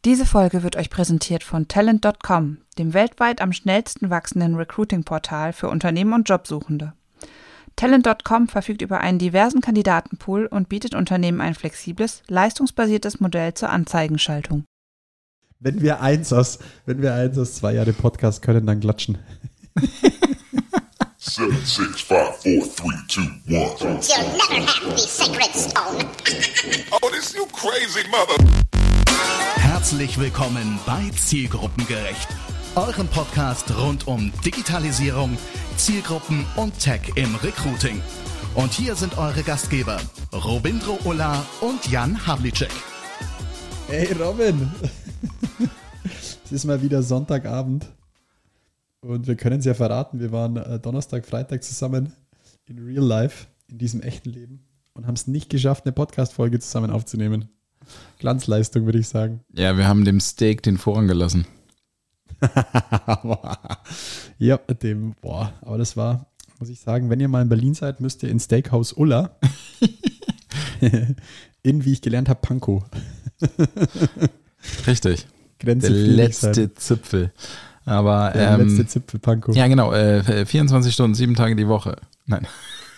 Diese Folge wird euch präsentiert von Talent.com, dem weltweit am schnellsten wachsenden Recruiting-Portal für Unternehmen und Jobsuchende. Talent.com verfügt über einen diversen Kandidatenpool und bietet Unternehmen ein flexibles, leistungsbasiertes Modell zur Anzeigenschaltung. Wenn wir eins aus 2 Jahre Podcast können, dann klatschen. 7, 6, 5, 4, 3, 2, 1. You'll never have the sacred stone. Oh, this you crazy mother. Herzlich willkommen bei Zielgruppengerecht, eurem Podcast rund um Digitalisierung, Zielgruppen und Tech im Recruiting. Und hier sind eure Gastgeber, Robindro Ulla und Jan Havlicek. Hey Robin, es ist mal wieder Sonntagabend und wir können es ja verraten, wir waren Donnerstag, Freitag zusammen in Real Life, in diesem echten Leben und haben es nicht geschafft, eine Podcast-Folge zusammen aufzunehmen. Glanzleistung, würde ich sagen. Ja, wir haben dem Steak den Vorrang gelassen. Ja, aber das war, muss ich sagen, wenn ihr mal in Berlin seid, müsst ihr in Steakhouse Ulla in, wie ich gelernt habe, Pankow. Richtig. Grenze der letzte Zipfel. Aber, der letzte Zipfel Pankow. Ja, genau. 24 Stunden, 7 Tage die Woche. Nein.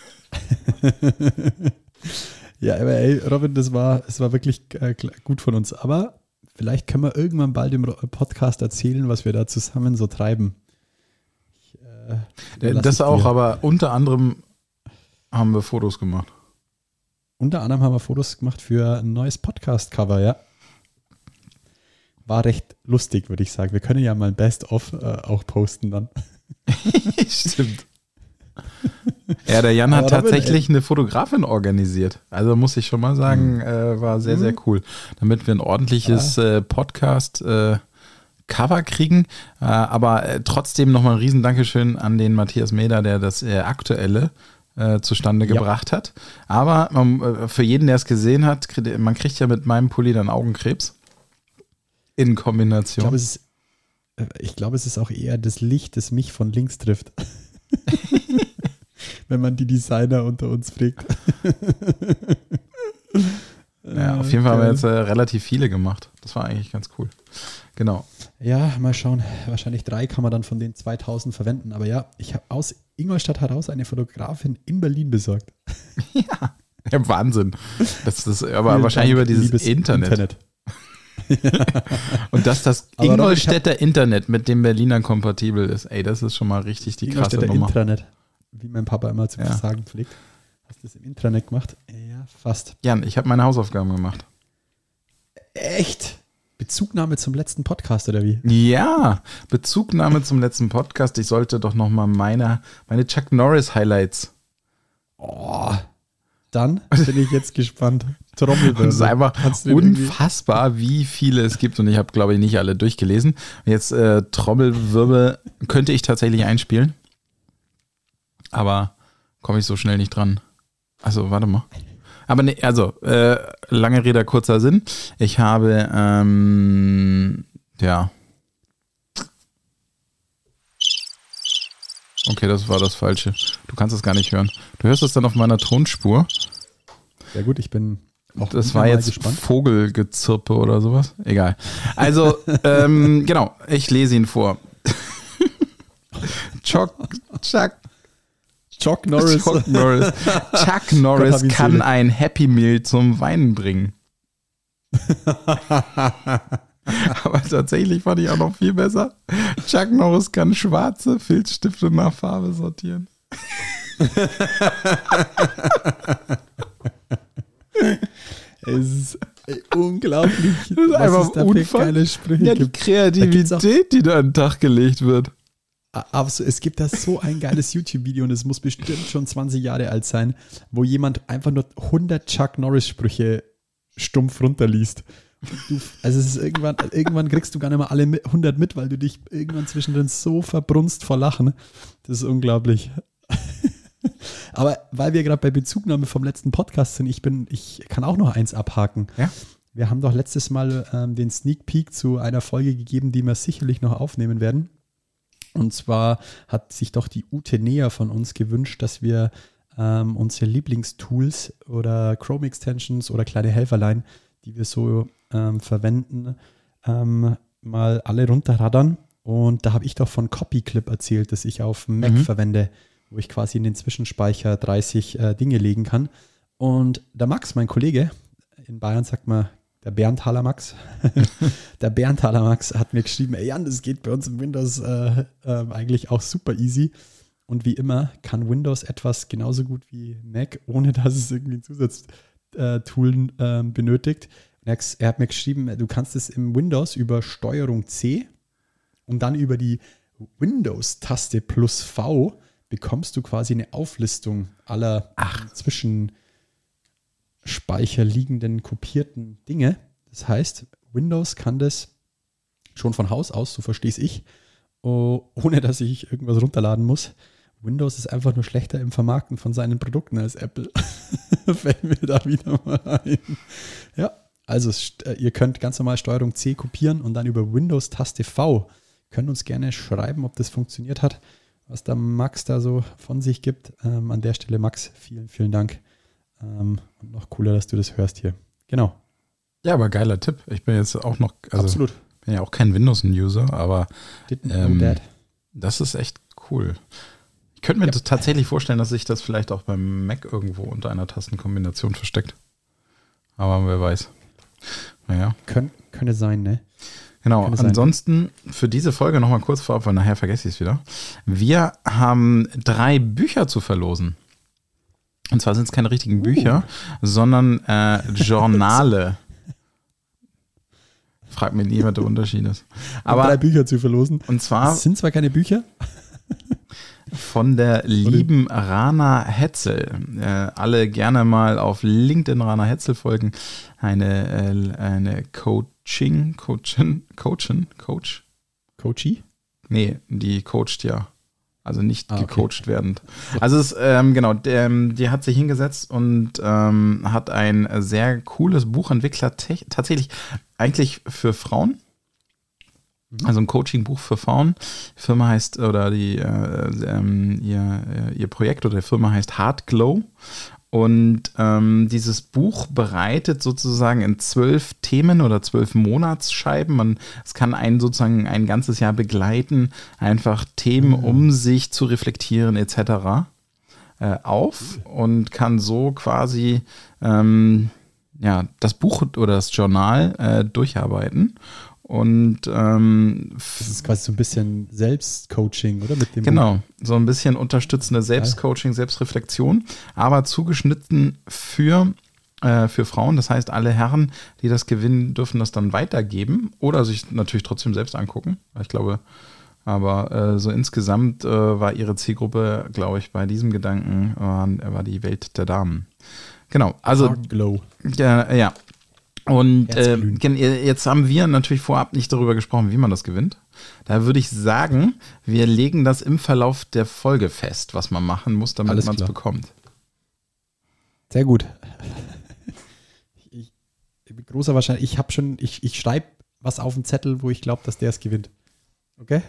Ja, aber ey, Robin, es war wirklich gut von uns. Aber vielleicht können wir irgendwann bald im Podcast erzählen, was wir da zusammen so treiben. Das auch, aber unter anderem haben wir Fotos gemacht. Unter anderem haben wir Fotos gemacht für ein neues Podcast-Cover, ja. War recht lustig, würde ich sagen. Wir können ja mal ein Best-of auch posten dann. Stimmt. Ja, der Jan hat tatsächlich eine Fotografin organisiert. Also muss ich schon mal sagen, war sehr, sehr cool. Damit wir ein ordentliches Podcast-Cover kriegen. Aber trotzdem nochmal ein riesen Dankeschön an den Matthias Meder, der das aktuelle zustande gebracht hat. Aber für jeden, der es gesehen hat, man kriegt ja mit meinem Pulli dann Augenkrebs. In Kombination. Ich glaube, es ist auch eher das Licht, das mich von links trifft. Wenn man die Designer unter uns fragt. Ja, auf jeden Fall haben wir jetzt relativ viele gemacht. Das war eigentlich ganz cool. Genau. Ja, mal schauen. Wahrscheinlich 3 kann man dann von den 2000 verwenden. Aber ja, ich habe aus Ingolstadt heraus eine Fotografin in Berlin besorgt. Ja, Wahnsinn. Das ist aber wahrscheinlich über dieses Internet. Und dass das Ingolstädter Internet mit dem Berliner kompatibel ist, ey, das ist schon mal richtig die krasse Nummer. Intranet, wie mein Papa immer zu sagen pflegt. Hast du das im Intranet gemacht? Ja, fast. Jan, ich habe meine Hausaufgaben gemacht. Echt? Bezugnahme zum letzten Podcast, oder wie? Ja, Bezugnahme zum letzten Podcast. Ich sollte doch nochmal meine Chuck Norris Highlights. Oh, dann bin ich jetzt gespannt. Trommelwirbel. Es ist einfach unfassbar, wie viele es gibt. Und ich habe, glaube ich, nicht alle durchgelesen. Jetzt Trommelwirbel könnte ich tatsächlich einspielen. Aber komme ich so schnell nicht dran. Also, warte mal. Aber nee, also, lange Rede, kurzer Sinn. Ich habe, Okay, das war das Falsche. Du kannst es gar nicht hören. Du hörst es dann auf meiner Tonspur. Ja gut, ich bin auch das war jetzt gespannt. Vogelgezirpe oder sowas. Egal. Also, genau, ich lese ihn vor. Chuck Norris. Chuck Norris kann ein Happy Meal zum Weinen bringen. Aber tatsächlich fand ich auch noch viel besser. Chuck Norris kann schwarze Filzstifte nach Farbe sortieren. Es ist unglaublich. Das ist einfach unfassbar. Ja, die Kreativität, die da an den Tag gelegt wird. Aber es gibt da so ein geiles YouTube-Video und es muss bestimmt schon 20 Jahre alt sein, wo jemand einfach nur 100 Chuck Norris-Sprüche stumpf runterliest. Also es ist irgendwann kriegst du gar nicht mehr alle 100 mit, weil du dich irgendwann zwischendrin so verbrunst vor Lachen. Das ist unglaublich. Aber weil wir gerade bei Bezugnahme vom letzten Podcast sind, ich kann auch noch eins abhaken. Ja? Wir haben doch letztes Mal den Sneak Peek zu einer Folge gegeben, die wir sicherlich noch aufnehmen werden. Und zwar hat sich doch die Ute Näher von uns gewünscht, dass wir unsere Lieblingstools oder Chrome-Extensions oder kleine Helferlein, die wir so verwenden, mal alle runterraddern. Und da habe ich doch von CopyClip erzählt, das ich auf Mac verwende, wo ich quasi in den Zwischenspeicher 30 Dinge legen kann. Und der Max, mein Kollege, in Bayern sagt man der Berntaler Max, der Berntaler Max hat mir geschrieben, ey Jan, das geht bei uns im Windows eigentlich auch super easy. Und wie immer kann Windows etwas genauso gut wie Mac, ohne dass es irgendwie ein Zusatztool benötigt. Er hat mir geschrieben, du kannst es im Windows über Steuerung C und dann über die Windows-Taste plus V bekommst du quasi eine Auflistung aller Zwischenspeicher liegenden kopierten Dinge. Das heißt, Windows kann das schon von Haus aus, so verstehe ich, ohne dass ich irgendwas runterladen muss. Windows ist einfach nur schlechter im Vermarkten von seinen Produkten als Apple. Fällt mir da wieder mal ein. Ja, also ihr könnt ganz normal Steuerung C kopieren und dann über Windows-Taste V könnt uns gerne schreiben, ob das funktioniert hat, was der Max da so von sich gibt. An der Stelle, Max, vielen, vielen Dank. Und noch cooler, dass du das hörst hier. Genau. Ja, aber geiler Tipp. Ich bin jetzt auch noch, Absolut. Bin ja auch kein Windows-User, aber das ist echt cool. Ich könnte mir tatsächlich vorstellen, dass sich das vielleicht auch beim Mac irgendwo unter einer Tastenkombination versteckt. Aber wer weiß. Naja. Könnte sein, ne? Genau, ansonsten für diese Folge nochmal kurz vorab, weil nachher vergesse ich es wieder. Wir haben 3 Bücher zu verlosen. Und zwar sind es keine richtigen Bücher, sondern Journale. Frag mich nie, was der Unterschied ist. Aber 3 Bücher zu verlosen. Und zwar es sind zwar keine Bücher. Von der lieben Rana Hetzel. Alle gerne mal auf LinkedIn Rana Hetzel folgen. Eine Coachie? Nee, die coacht ja. Also nicht gecoacht werdend. Also es, die hat sich hingesetzt und hat ein sehr cooles Buch entwickelt, tatsächlich eigentlich für Frauen. Also ein Coaching-Buch für Frauen. Die Firma heißt, oder ihr Projekt oder die Firma heißt Heart Glow. Und dieses Buch bereitet sozusagen in 12 Themen oder 12 Monatsscheiben. Es kann einen sozusagen ein ganzes Jahr begleiten, einfach Themen um sich zu reflektieren etc. Auf und kann so quasi das Buch oder das Journal durcharbeiten. Und das ist quasi so ein bisschen Selbstcoaching, oder? Mit dem Buch. So ein bisschen unterstützende Selbstcoaching, Selbstreflexion, aber zugeschnitten für Frauen. Das heißt, alle Herren, die das gewinnen, dürfen das dann weitergeben oder sich natürlich trotzdem selbst angucken. Ich glaube, aber so insgesamt war ihre Zielgruppe, glaube ich, bei diesem Gedanken war die Welt der Damen. Genau, also Glow. Ja. Und jetzt haben wir natürlich vorab nicht darüber gesprochen, wie man das gewinnt. Da würde ich sagen, wir legen das im Verlauf der Folge fest, was man machen muss, damit man es bekommt. Sehr gut. Mit großer Wahrscheinlichkeit, ich schreibe was auf den Zettel, wo ich glaube, dass der es gewinnt. Okay?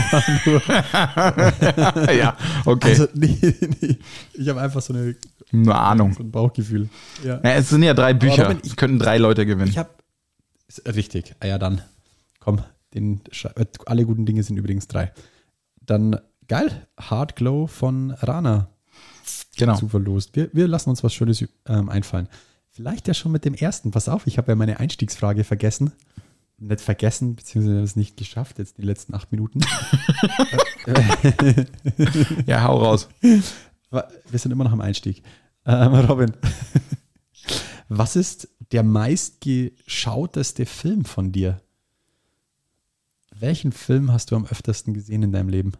Ja, okay. Also, nee. Ich habe einfach so eine Ahnung. So ein Bauchgefühl. Ja. Es sind ja 3 Bücher. Robin, könnten 3 Leute gewinnen. Richtig. Ja, dann. Komm, alle guten Dinge sind übrigens 3. Dann, geil. Heart Glow von Rana. Genau. Zu verlost. Wir lassen uns was Schönes einfallen. Vielleicht ja schon mit dem ersten. Pass auf, ich habe ja meine Einstiegsfrage vergessen. Nicht vergessen, beziehungsweise es nicht geschafft, jetzt die letzten 8 Minuten. Ja, hau raus. Wir sind immer noch am Einstieg. Robin, was ist der meistgeschauteste Film von dir? Welchen Film hast du am öftesten gesehen in deinem Leben?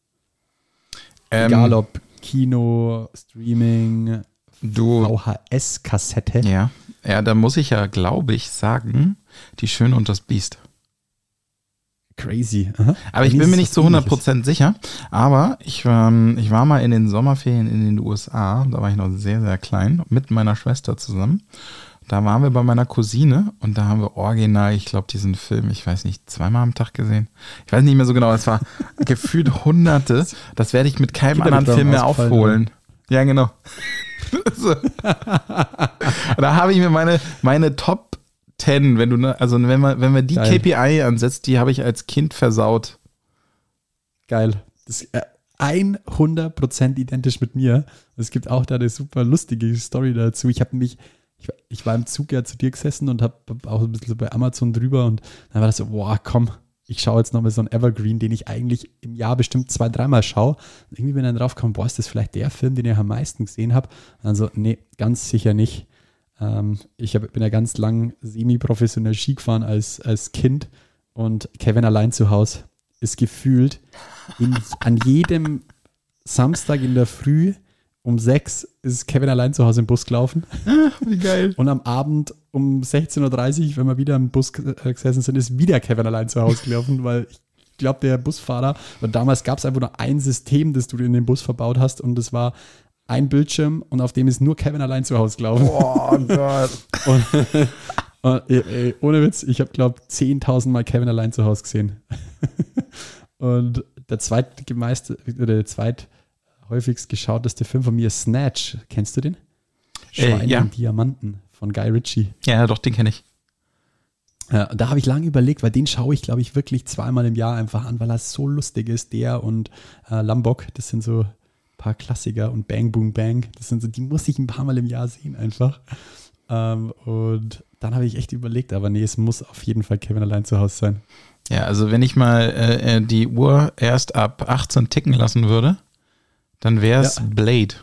Egal ob Kino, Streaming, VHS-Kassette. Ja, da muss ich ja, glaube ich, sagen, Die Schöne und das Biest. Crazy. Aha. Aber ich bin mir nicht zu 100% sicher. Aber ich war mal in den Sommerferien in den USA. Da war ich noch sehr, sehr klein. Mit meiner Schwester zusammen. Da waren wir bei meiner Cousine. Und da haben wir original, ich glaube, diesen Film, ich weiß nicht, 2-mal am Tag gesehen. Ich weiß nicht mehr so genau. Es war gefühlt Hunderte. Das werde ich mit keinem anderen Film mehr aufholen. Ja, genau. So. Da habe ich mir meine Top 10. Wenn man die Geil. KPI ansetzt, die habe ich als Kind versaut. Geil. Das ist 100% identisch mit mir. Es gibt auch da eine super lustige Story dazu. Ich war im Zug ja zu dir gesessen und habe auch ein bisschen so bei Amazon drüber und dann war das so, boah, komm, ich schaue jetzt noch mal so einen Evergreen, den ich eigentlich im Jahr bestimmt 2-3 Mal schaue. Und irgendwie bin ich dann drauf gekommen, boah, ist das vielleicht der Film, den ich am meisten gesehen habe? Und dann so, nee, ganz sicher nicht. Ich bin ja ganz lang semi-professionell Ski gefahren als Kind und Kevin allein zu Hause ist gefühlt an jedem Samstag in der Früh um 6 ist Kevin allein zu Hause im Bus gelaufen. Wie geil. Und am Abend um 16.30 Uhr, wenn wir wieder im Bus gesessen sind, ist wieder Kevin allein zu Hause gelaufen, weil ich glaube, der Busfahrer, und damals gab es einfach nur ein System, das du in den Bus verbaut hast und das war ein Bildschirm und auf dem ist nur Kevin allein zu Hause gelaufen. Oh Gott. Und ohne Witz, ich habe, glaube ich, 10.000 Mal Kevin allein zu Hause gesehen. Und der zweithäufigst geschauteste Film von mir ist Snatch. Kennst du den? Schweine ja. und Diamanten von Guy Ritchie. Ja, doch, den kenne ich. Ja, da habe ich lange überlegt, weil den schaue ich, glaube ich, wirklich 2-mal im Jahr einfach an, weil er so lustig ist. Der und Lombok, das sind so ein paar Klassiker und Bang Boom Bang, das sind so, die muss ich ein paar Mal im Jahr sehen einfach. Und dann habe ich echt überlegt, aber nee, es muss auf jeden Fall Kevin allein zu Hause sein. Ja, also wenn ich mal die Uhr erst ab 18 ticken lassen würde, dann wäre es Blade.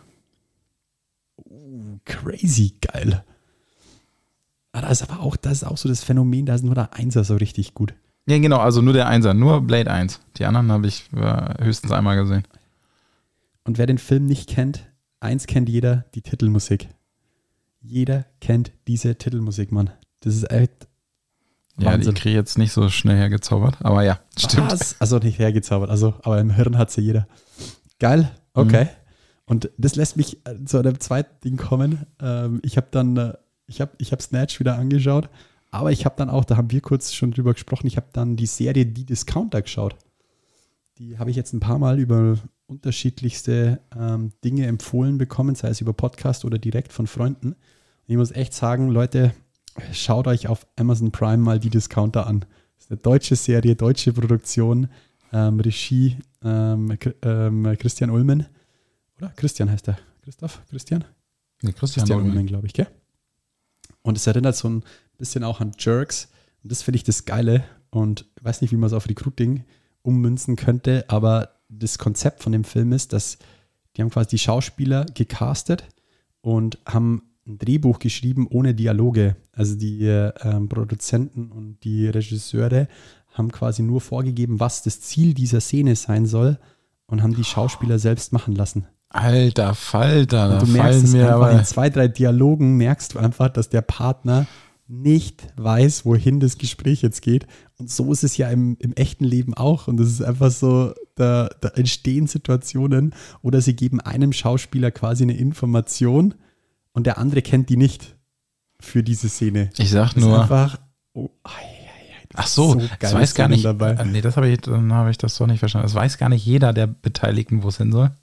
Crazy geil. Das ist auch so das Phänomen, da ist nur der Einser so richtig gut. Ja, genau, also nur der Einser, nur Blade 1. Die anderen habe ich höchstens einmal gesehen. Und wer den Film nicht kennt, eins kennt jeder, die Titelmusik. Jeder kennt diese Titelmusik, Mann. Das ist echt Wahnsinn. Ja, die kriege ich jetzt nicht so schnell hergezaubert, aber ja, stimmt. Was? Also nicht hergezaubert, aber im Hirn hat sie jeder. Geil, okay. Mhm. Und das lässt mich zu einem zweiten Ding kommen. Ich habe Snatch wieder angeschaut, aber ich habe dann auch, da haben wir kurz schon drüber gesprochen, ich habe dann die Serie Die Discounter geschaut. Die habe ich jetzt ein paar Mal über unterschiedlichste Dinge empfohlen bekommen, sei es über Podcast oder direkt von Freunden. Und ich muss echt sagen, Leute, schaut euch auf Amazon Prime mal Die Discounter an. Das ist eine deutsche Serie, deutsche Produktion, Regie Christian Ullmann. Oder Christian heißt er. Christoph? Christian? Nee, Christian Ullmann, glaube ich, gell? Und es erinnert so ein bisschen auch an Jerks. Und das finde ich das Geile. Und ich weiß nicht, wie man es auf Recruiting ummünzen könnte, aber das Konzept von dem Film ist, dass die haben quasi die Schauspieler gecastet und haben ein Drehbuch geschrieben ohne Dialoge. Also die Produzenten und die Regisseure haben quasi nur vorgegeben, was das Ziel dieser Szene sein soll und haben die Schauspieler selbst machen lassen. Alter Falter, und du merkst es einfach in 2-3 Dialogen, merkst du einfach, dass der Partner nicht weiß, wohin das Gespräch jetzt geht. Und so ist es ja im echten Leben auch. Und das ist einfach so, da entstehen Situationen oder sie geben einem Schauspieler quasi eine Information und der andere kennt die nicht für diese Szene. Ich sag nur. Einfach, ach so, das weiß gar nicht. Dabei. Nee, dann habe ich das doch nicht verstanden. Das weiß gar nicht jeder der Beteiligten, wo es hin soll.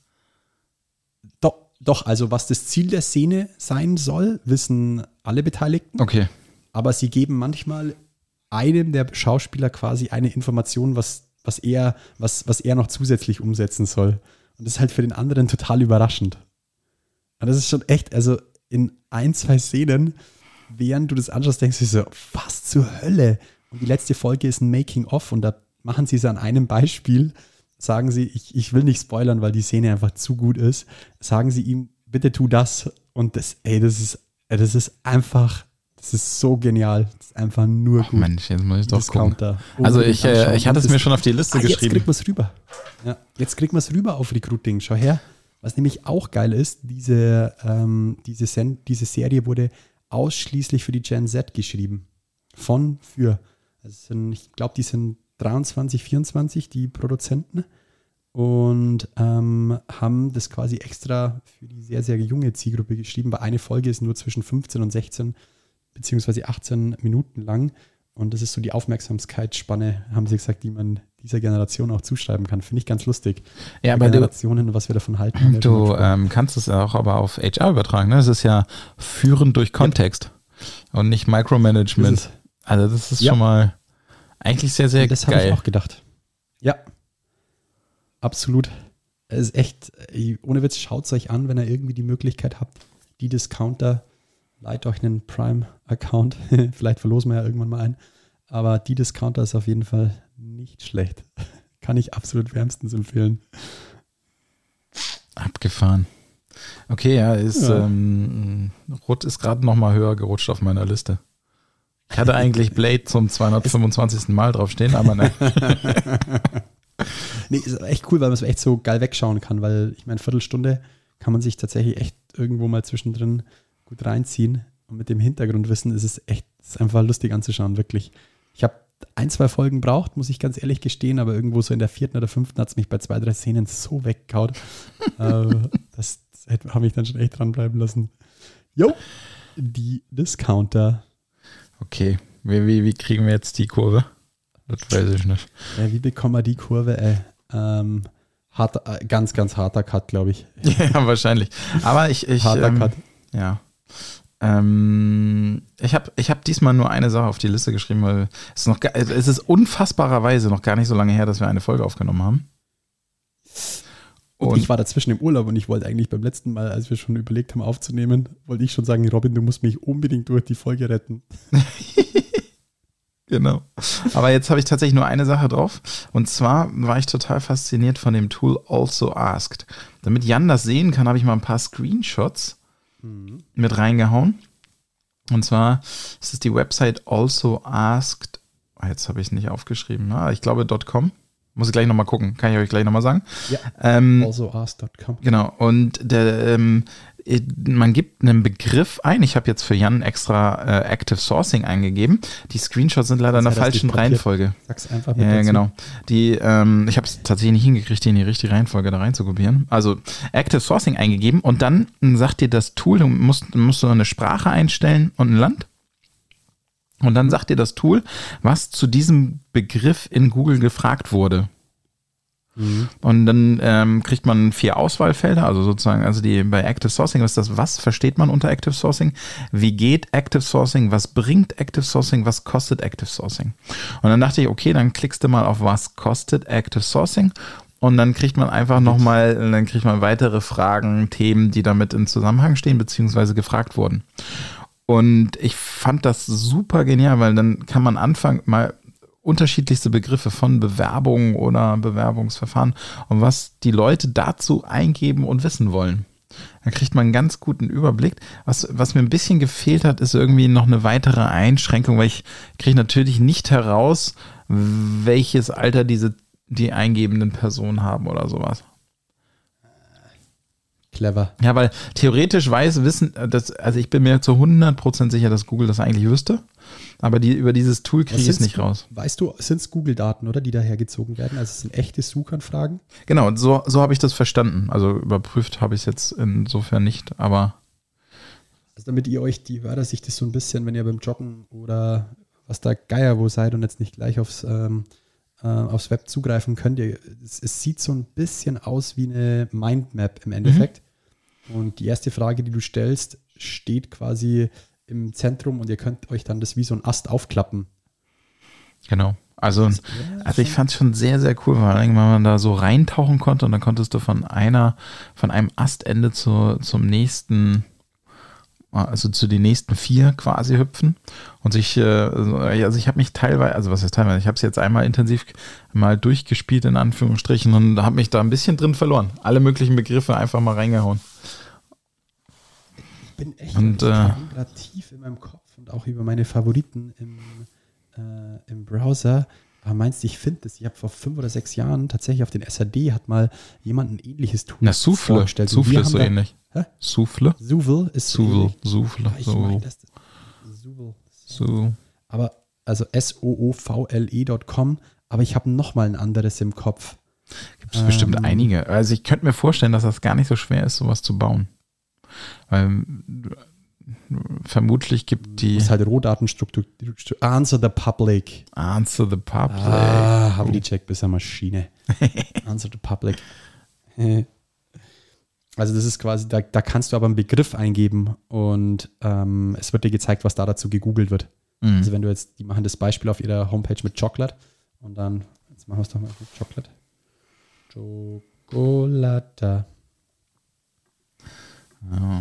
Doch, also was das Ziel der Szene sein soll, wissen alle Beteiligten. Okay. Aber sie geben manchmal einem der Schauspieler quasi eine Information, was er noch zusätzlich umsetzen soll. Und das ist halt für den anderen total überraschend. Und das ist schon echt, also in 1-2 Szenen, während du das anschaust, denkst du so, was zur Hölle? Und die letzte Folge ist ein Making-of und da machen sie es an einem Beispiel, sagen sie, ich will nicht spoilern, weil die Szene einfach zu gut ist, sagen sie ihm, bitte tu das. Und das ist einfach, das ist so genial. Das ist einfach nur gut. Mensch, jetzt muss ich doch gucken. Also ich hatte es mir schon auf die Liste geschrieben. Jetzt kriegt man es rüber. Ja, jetzt kriegt man es rüber auf Recruiting. Schau her. Was nämlich auch geil ist, diese Serie wurde ausschließlich für die Gen Z geschrieben. Ich glaube, die sind 23, 24, die Produzenten, und haben das quasi extra für die sehr, sehr junge Zielgruppe geschrieben, weil eine Folge ist nur zwischen 15 und 16 beziehungsweise 18 Minuten lang und das ist so die Aufmerksamkeitsspanne, haben sie gesagt, die man dieser Generation auch zuschreiben kann. Finde ich ganz lustig. Ja, aber Generationen, was wir davon halten. Du kannst es auch aber auf HR übertragen. Ne? Es ist ja führend durch Kontext und nicht Micromanagement. Also das ist Ja. schon mal eigentlich sehr, sehr Das habe ich geil. auch gedacht. Ja, absolut. Es ist echt, ohne Witz, schaut es euch an, wenn ihr irgendwie die Möglichkeit habt. Die Discounter, leiht euch einen Prime-Account. Vielleicht verlosen wir ja irgendwann mal einen. Aber die Discounter ist auf jeden Fall nicht schlecht. Kann ich absolut wärmstens empfehlen. Abgefahren. Okay, ja, Rot ist gerade noch mal höher gerutscht auf meiner Liste. Ich hatte eigentlich Blade zum 225. Mal draufstehen, aber nein. Nee, ist echt cool, weil man es echt so geil wegschauen kann, weil ich meine, Viertelstunde kann man sich tatsächlich echt irgendwo mal zwischendrin gut reinziehen. Und mit dem Hintergrundwissen ist es echt, ist einfach lustig anzuschauen, wirklich. Ich habe 1-2 Folgen braucht, muss ich ganz ehrlich gestehen, aber irgendwo so in der 4. oder 5. hat es mich bei 2-3 Szenen so weggehauen. Das habe ich dann schon echt dranbleiben lassen. Jo, die Discounter. Okay, wie kriegen wir jetzt die Kurve? Das weiß ich nicht. Ja, wie bekommen wir die Kurve? Ganz, ganz harter Cut, glaube ich. Ja, wahrscheinlich. Aber Harter Cut. Ja. Ich hab diesmal nur eine Sache auf die Liste geschrieben, weil es ist unfassbarerweise noch gar nicht so lange her, dass wir eine Folge aufgenommen haben. Und ich war dazwischen im Urlaub und ich wollte eigentlich beim letzten Mal, als wir schon überlegt haben aufzunehmen, wollte ich schon sagen, Robin, du musst mich unbedingt durch die Folge retten. Genau. Aber jetzt habe ich tatsächlich nur eine Sache drauf. Und zwar war ich total fasziniert von dem Tool Also Asked. Damit Jan das sehen kann, habe ich mal ein paar Screenshots mit reingehauen. Und zwar ist es die Website Also Asked. Jetzt habe ich es nicht aufgeschrieben. Ich glaube .com. Muss ich gleich nochmal gucken. Kann ich euch gleich nochmal sagen. Ja, alsoasked.com. Genau. Und man gibt einen Begriff ein. Ich habe jetzt für Jan extra Active Sourcing eingegeben. Die Screenshots sind leider in der falschen Reihenfolge. Sag's einfach mit Ja, dazu. genau. Ich habe es tatsächlich nicht hingekriegt, die in die richtige Reihenfolge da rein zu kopieren. Also Active Sourcing eingegeben und dann sagt dir das Tool, du musst so eine Sprache einstellen und ein Land. Und dann sagt dir das Tool, was zu diesem Begriff in Google gefragt wurde. Und dann kriegt man 4 Auswahlfelder, also sozusagen, bei Active Sourcing ist das, was versteht man unter Active Sourcing, wie geht Active Sourcing, was bringt Active Sourcing, was kostet Active Sourcing. Und dann dachte ich, okay, dann klickst du mal auf was kostet Active Sourcing und dann kriegt man einfach dann kriegt man weitere Fragen, Themen, die damit in Zusammenhang stehen, beziehungsweise gefragt wurden. Und ich fand das super genial, weil dann kann man anfangen, mal unterschiedlichste Begriffe von Bewerbungen oder Bewerbungsverfahren und was die Leute dazu eingeben und wissen wollen. Da kriegt man einen ganz guten Überblick. Was mir ein bisschen gefehlt hat, ist irgendwie noch eine weitere Einschränkung, weil ich kriege natürlich nicht heraus, welches Alter die eingebenden Personen haben oder sowas. Clever. Ja, weil theoretisch ich bin mir zu 100% sicher, dass Google das eigentlich wüsste, aber über dieses Tool kriege ich es nicht raus. Weißt du, sind es Google-Daten, oder, die dahergezogen werden? Also es sind echte Suchanfragen? Genau, so habe ich das verstanden. Also überprüft habe ich es jetzt insofern nicht, aber Also damit ihr euch, die Hörer, sich das so ein bisschen, wenn ihr beim Joggen oder was da Geier wo seid und jetzt nicht gleich aufs Web zugreifen könnt, es sieht so ein bisschen aus wie eine Mindmap im Endeffekt. Und die erste Frage, die du stellst, steht quasi im Zentrum und ihr könnt euch dann das wie so ein Ast aufklappen. genau. Also ich fand es schon sehr, sehr cool, weil man da so reintauchen konnte und dann konntest du von einem Astende zum nächsten, also zu den nächsten 4 quasi hüpfen und ich habe mich teilweise, ich habe es jetzt einmal intensiv mal durchgespielt in Anführungsstrichen und habe mich da ein bisschen drin verloren. Alle möglichen Begriffe einfach mal reingehauen. Ich bin echt tief in meinem Kopf und auch über meine Favoriten im Browser. Aber meinst du, ich finde das? Ich habe vor 5 oder 6 Jahren tatsächlich auf den SAD hat mal jemand ein ähnliches Tool vorgestellt. Souffle ist so ähnlich. Hä? Souffle? Souffle ist so ähnlich. Souffle. Ich meine, das Souffle. So. Aber, also soofle.com, aber ich habe noch mal ein anderes im Kopf. Gibt es bestimmt einige. Also ich könnte mir vorstellen, dass das gar nicht so schwer ist, sowas zu bauen. Weil vermutlich gibt die... Das ist halt Rohdatenstruktur. Answer the Public. Answer the Public. Havlicek, bis eine Maschine. Answer the Public. Also das ist quasi, da kannst du aber einen Begriff eingeben und es wird dir gezeigt, was da dazu gegoogelt wird. Also wenn du jetzt, die machen das Beispiel auf ihrer Homepage mit Chocolate und dann, jetzt machen wir es doch mal mit Chocolate. Chocolata. Ja.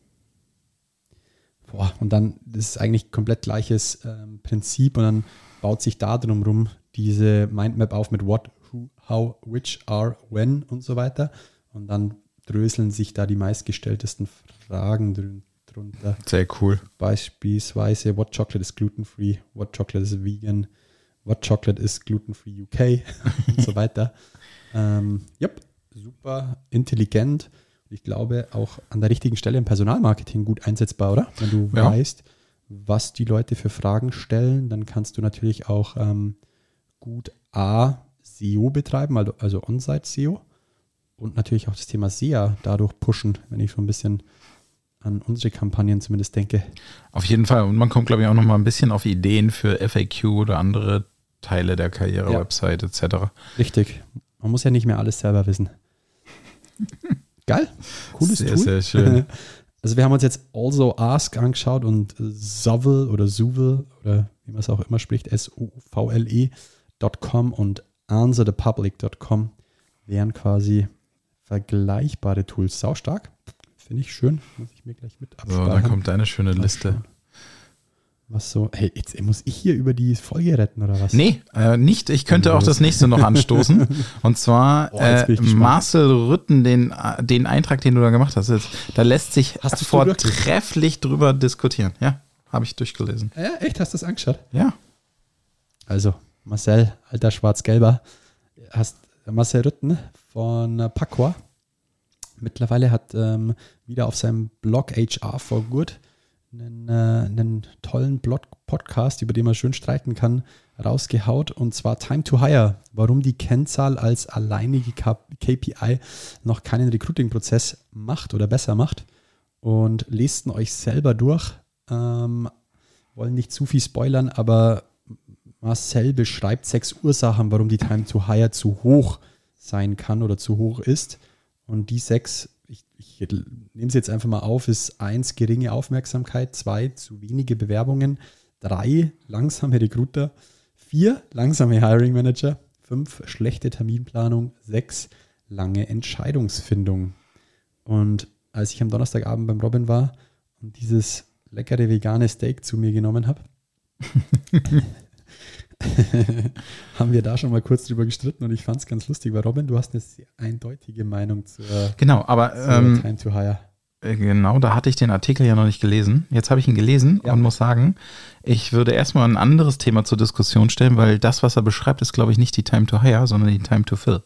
Boah, und dann, das ist eigentlich komplett gleiches Prinzip und dann baut sich da drum rum diese Mindmap auf mit what, who, how, which, are, when und so weiter. Und dann dröseln sich da die meistgestelltesten Fragen drunter. Sehr cool. Beispielsweise, what chocolate is gluten-free, what chocolate is vegan, what chocolate is gluten-free UK und so weiter. Yep, super intelligent. Ich glaube, auch an der richtigen Stelle im Personalmarketing gut einsetzbar, oder? Wenn du weißt, was die Leute für Fragen stellen, dann kannst du natürlich auch gut SEO betreiben, also On-Site-SEO und natürlich auch das Thema SEA dadurch pushen, wenn ich so ein bisschen an unsere Kampagnen zumindest denke. Auf jeden Fall. Und man kommt, glaube ich, auch noch mal ein bisschen auf Ideen für FAQ oder andere Teile der Karriere-Website etc. Richtig. Man muss ja nicht mehr alles selber wissen. Geil. Cooles Tool. Sehr schön. Also wir haben uns jetzt Also Ask angeschaut und Suvle oder wie man es auch immer spricht, SUVLE.com und AnswerThePublic.com wären quasi vergleichbare Tools. Saustark. Finde ich schön. Muss ich mir gleich mit abspeichern. So, da kommt eine schöne Liste. Was so, hey, jetzt muss ich hier über die Folge retten oder was? Nee, nicht. Ich könnte auch das nächste noch anstoßen. Und zwar Marcel Rütten, den Eintrag, den du da gemacht hast. Da lässt sich vortrefflich drüber diskutieren. Ja, habe ich durchgelesen. Ja, echt? Hast du das angeschaut? Ja. Also, Marcel, alter Schwarz-Gelber, Marcel Rütten von Pacor. Mittlerweile hat wieder auf seinem Blog HR for Good einen tollen Podcast, über den man schön streiten kann, rausgehaut, und zwar Time to Hire. Warum die Kennzahl als alleinige KPI noch keinen Recruiting-Prozess macht oder besser macht. Und lest ihn euch selber durch. Wollen nicht zu viel spoilern, aber Marcel beschreibt 6 Ursachen, warum die Time to Hire zu hoch sein kann oder zu hoch ist. Und die 6, ich nehme es jetzt einfach mal auf, ist 1, geringe Aufmerksamkeit, 2, zu wenige Bewerbungen, 3, langsame Recruiter, 4, langsame Hiring Manager, 5, schlechte Terminplanung, 6, lange Entscheidungsfindung. Und als ich am Donnerstagabend beim Robin war und dieses leckere vegane Steak zu mir genommen habe, haben wir da schon mal kurz drüber gestritten und ich fand es ganz lustig, weil Robin, du hast eine sehr eindeutige Meinung zur Time to Hire. Genau, da hatte ich den Artikel ja noch nicht gelesen. Jetzt habe ich ihn gelesen und muss sagen, ich würde erstmal ein anderes Thema zur Diskussion stellen, weil das, was er beschreibt, ist, glaube ich, nicht die Time to Hire, sondern die Time to Fill.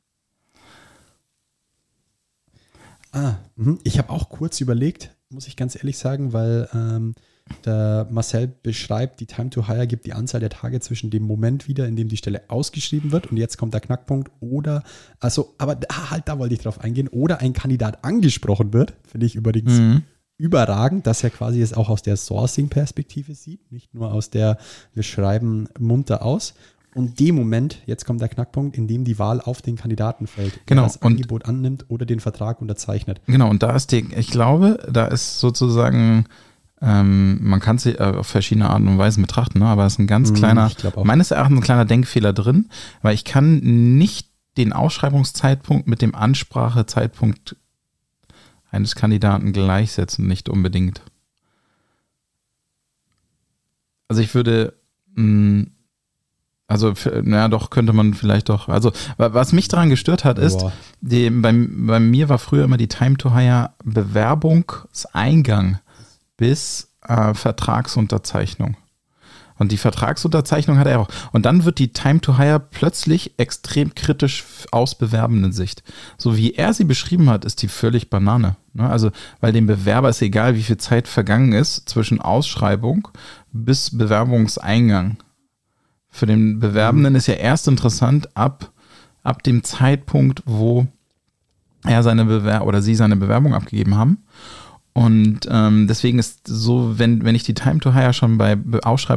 Ich habe auch kurz überlegt, muss ich ganz ehrlich sagen, weil der Marcel beschreibt, die Time to Hire gibt die Anzahl der Tage zwischen dem Moment wieder, in dem die Stelle ausgeschrieben wird, und jetzt kommt der Knackpunkt, da wollte ich drauf eingehen, oder ein Kandidat angesprochen wird, finde ich übrigens überragend, dass er quasi es auch aus der Sourcing-Perspektive sieht, nicht nur aus der, wir schreiben munter aus. Und dem Moment, jetzt kommt der Knackpunkt, in dem die Wahl auf den Kandidaten fällt, der das Angebot annimmt oder den Vertrag unterzeichnet. Genau, und da ist ich glaube, da ist sozusagen, man kann sie auf verschiedene Arten und Weisen betrachten, ne? Aber es ist ein ganz kleiner, meines Erachtens ein kleiner Denkfehler drin, weil ich kann nicht den Ausschreibungszeitpunkt mit dem Ansprachezeitpunkt eines Kandidaten gleichsetzen, nicht unbedingt. Also ich würde, doch, könnte man vielleicht doch. Also, was mich daran gestört hat, ist, bei mir war früher immer die Time to Hire Bewerbungseingang bis Vertragsunterzeichnung. Und die Vertragsunterzeichnung hat er auch. Und dann wird die Time to Hire plötzlich extrem kritisch aus bewerbenden Sicht. So wie er sie beschrieben hat, ist die völlig Banane. Ne? Also, weil dem Bewerber ist egal, wie viel Zeit vergangen ist zwischen Ausschreibung bis Bewerbungseingang. Für den Bewerbenden ist ja erst interessant ab dem Zeitpunkt, wo er sie seine Bewerbung abgegeben haben. Und deswegen ist so, wenn ich die Time to Hire schon bei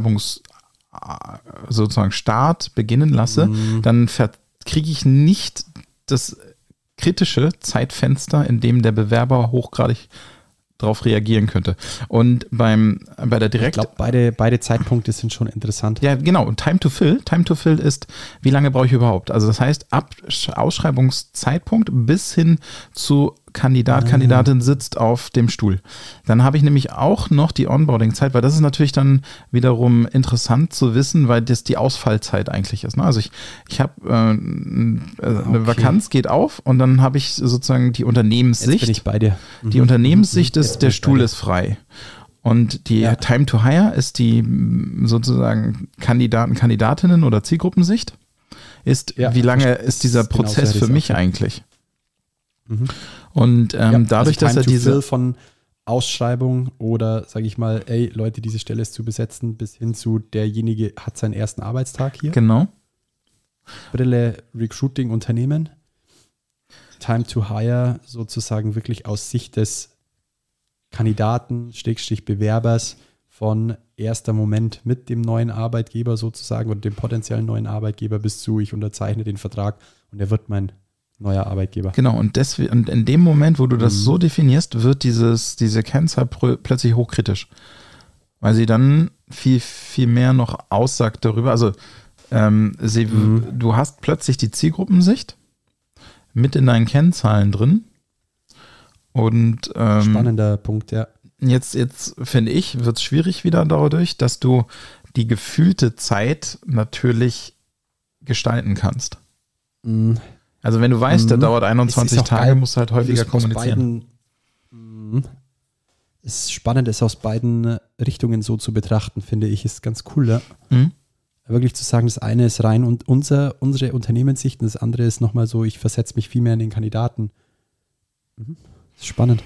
sozusagen Start beginnen lasse, dann kriege ich nicht das kritische Zeitfenster, in dem der Bewerber hochgradig drauf reagieren könnte. Und bei der Direkt... Ich glaube, beide Zeitpunkte sind schon interessant. Ja, genau. Und Time to Fill ist, wie lange brauche ich überhaupt? Also das heißt, ab Ausschreibungszeitpunkt bis hin zu Kandidatin sitzt auf dem Stuhl. Dann habe ich nämlich auch noch die Onboarding-Zeit, weil das ist natürlich dann wiederum interessant zu wissen, weil das die Ausfallzeit eigentlich ist. Ne? Also ich habe eine Vakanz geht auf und dann habe ich sozusagen die Unternehmenssicht. Jetzt bin ich bei dir. Die Unternehmenssicht ist, der Stuhl ist frei. Und die Time to Hire ist die sozusagen Kandidatinnen oder Zielgruppensicht. Wie lange ist dieser Prozess für mich eigentlich? Und dadurch, dass er diese von Ausschreibung oder, sage ich mal, ey, Leute, diese Stelle ist zu besetzen, bis hin zu derjenige hat seinen ersten Arbeitstag hier. Genau. Brille Recruiting Unternehmen. Time to Hire sozusagen wirklich aus Sicht des Kandidaten, Bewerbers von erster Moment mit dem neuen Arbeitgeber sozusagen oder dem potenziellen neuen Arbeitgeber bis zu, ich unterzeichne den Vertrag und er wird mein neuer Arbeitgeber. Genau, und in dem Moment, wo du das so definierst, wird diese Kennzahl plötzlich hochkritisch. Weil sie dann viel, viel mehr noch aussagt darüber. Also du hast plötzlich die Zielgruppensicht mit in deinen Kennzahlen drin. Und spannender Punkt, ja. Jetzt finde ich, wird es schwierig wieder dadurch, dass du die gefühlte Zeit natürlich gestalten kannst. Also wenn du weißt, der dauert 21 Tage, musst du halt häufiger kommunizieren. Es ist spannend, es aus beiden Richtungen so zu betrachten, finde ich, ist ganz cool. Ja? Wirklich zu sagen, das eine ist rein und unsere Unternehmenssicht und das andere ist nochmal so, ich versetze mich viel mehr in den Kandidaten. Das ist spannend.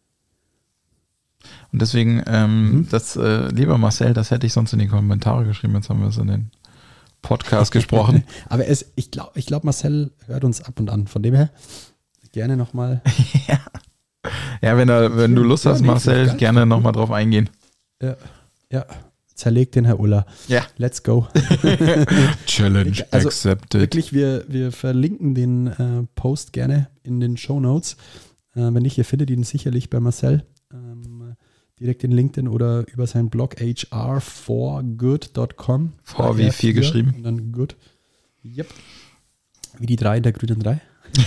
Und deswegen, lieber Marcel, das hätte ich sonst in die Kommentare geschrieben, jetzt haben wir es in den Podcast gesprochen. Aber ich glaube, Marcel hört uns ab und an. Von dem her gerne nochmal. Ja, wenn du Lust hast, Marcel, gerne nochmal drauf eingehen. Ja. Zerlegt den Herr Uller. Ja. Let's go. Challenge accepted. Wirklich, wir verlinken den Post gerne in den Shownotes. Wenn nicht, ihr findet ihn sicherlich bei Marcel. Direkt in LinkedIn oder über seinen Blog hr4good.com. Vor wie viel geschrieben? Und dann good. Yep. Wie die 3 in der grünen 3.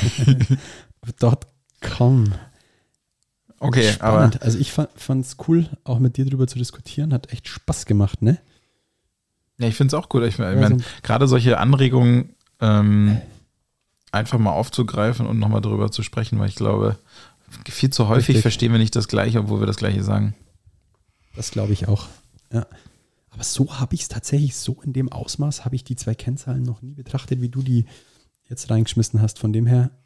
.com. Okay, spannend. Also ich fand es cool, auch mit dir drüber zu diskutieren. Hat echt Spaß gemacht, ne? Ja, ich finde es auch gut. Ich meine, gerade solche Anregungen einfach mal aufzugreifen und nochmal drüber zu sprechen, weil ich glaube, viel zu häufig verstehen wir nicht das Gleiche, obwohl wir das Gleiche sagen. Das glaube ich auch. Ja. Aber so habe ich es tatsächlich, so in dem Ausmaß habe ich die 2 Kennzahlen noch nie betrachtet, wie du die jetzt reingeschmissen hast. Von dem her,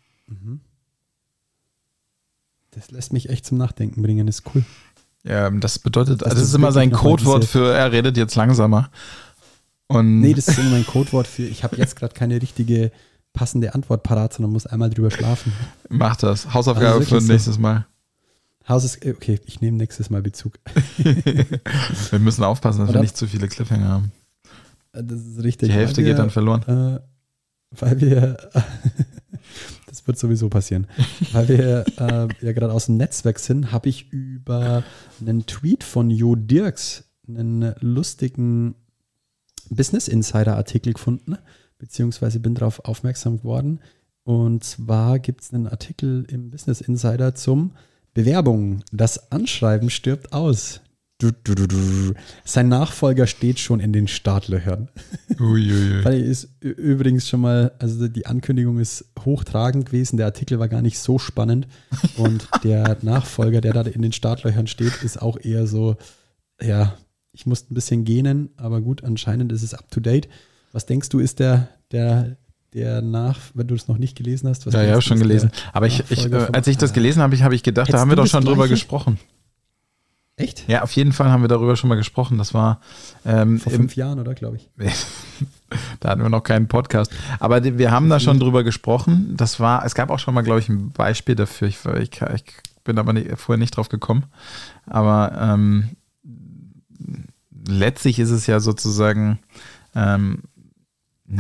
das lässt mich echt zum Nachdenken bringen. Das ist cool. Ja, das bedeutet, das ist immer sein Codewort für, er redet jetzt langsamer. Und nee, das ist immer mein Codewort für, ich habe jetzt gerade keine richtige passende Antwort parat, sondern muss einmal drüber schlafen. Mach das. Hausaufgabe für nächstes Mal. Okay, ich nehme nächstes Mal Bezug. Wir müssen aufpassen, dass wir nicht zu viele Cliffhanger haben. Das ist richtig. Die Hälfte geht dann verloren. Weil wir, das wird sowieso passieren, weil wir ja gerade aus dem Netzwerk sind, habe ich über einen Tweet von Jo Dirks einen lustigen Business Insider Artikel gefunden, beziehungsweise bin darauf aufmerksam geworden. Und zwar gibt es einen Artikel im Business Insider zum Bewerbung. Das Anschreiben stirbt aus. Sein Nachfolger steht schon in den Startlöchern. Weil ist übrigens schon mal, also die Ankündigung ist hochtragend gewesen, der Artikel war gar nicht so spannend und der Nachfolger, der da in den Startlöchern steht, ist auch eher so, ja, ich musste ein bisschen gähnen, aber gut, anscheinend ist es up to date. Was denkst du, ist der nach, wenn du es noch nicht gelesen hast? Ja, ich habe schon gelesen. Aber als ich das gelesen habe, habe ich gedacht, da haben wir doch schon drüber gesprochen. Echt? Ja, auf jeden Fall haben wir darüber schon mal gesprochen. Das war vor 5 Jahren, oder, glaube ich. Da hatten wir noch keinen Podcast. Aber wir haben da schon drüber gesprochen. Es gab auch schon mal, glaube ich, ein Beispiel dafür. Ich bin aber vorher nicht drauf gekommen. Aber letztlich ist es ja sozusagen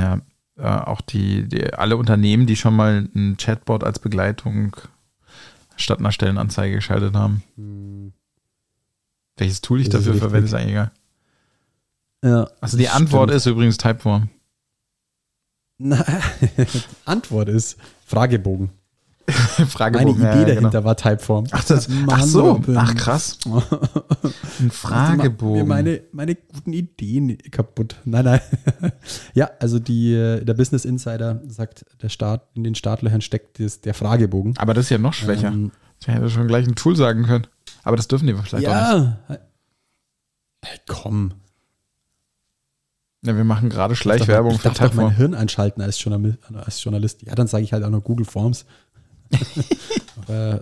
auch alle Unternehmen, die schon mal ein Chatbot als Begleitung statt einer Stellenanzeige geschaltet haben. Welches Tool ich dafür verwende, ist eigentlich egal. Ja, also die Antwort ist übrigens Typeform. Na, Antwort ist Fragebogen. Fragebogen. Meine Idee dahinter war Typeform. Ach so. Ach, krass. Ein Fragebogen. Meine guten Ideen kaputt. Nein. Ja, also der Business Insider sagt, in den Startlöchern steckt der Fragebogen. Aber das ist ja noch schwächer. Ich hätte schon gleich ein Tool sagen können. Aber das dürfen die vielleicht auch nicht. Hey, komm. Ja, wir machen gerade Schleichwerbung für Typeform. Ich darf doch mein Hirn einschalten als Journalist. Ja, dann sage ich halt auch noch Google Forms. Aber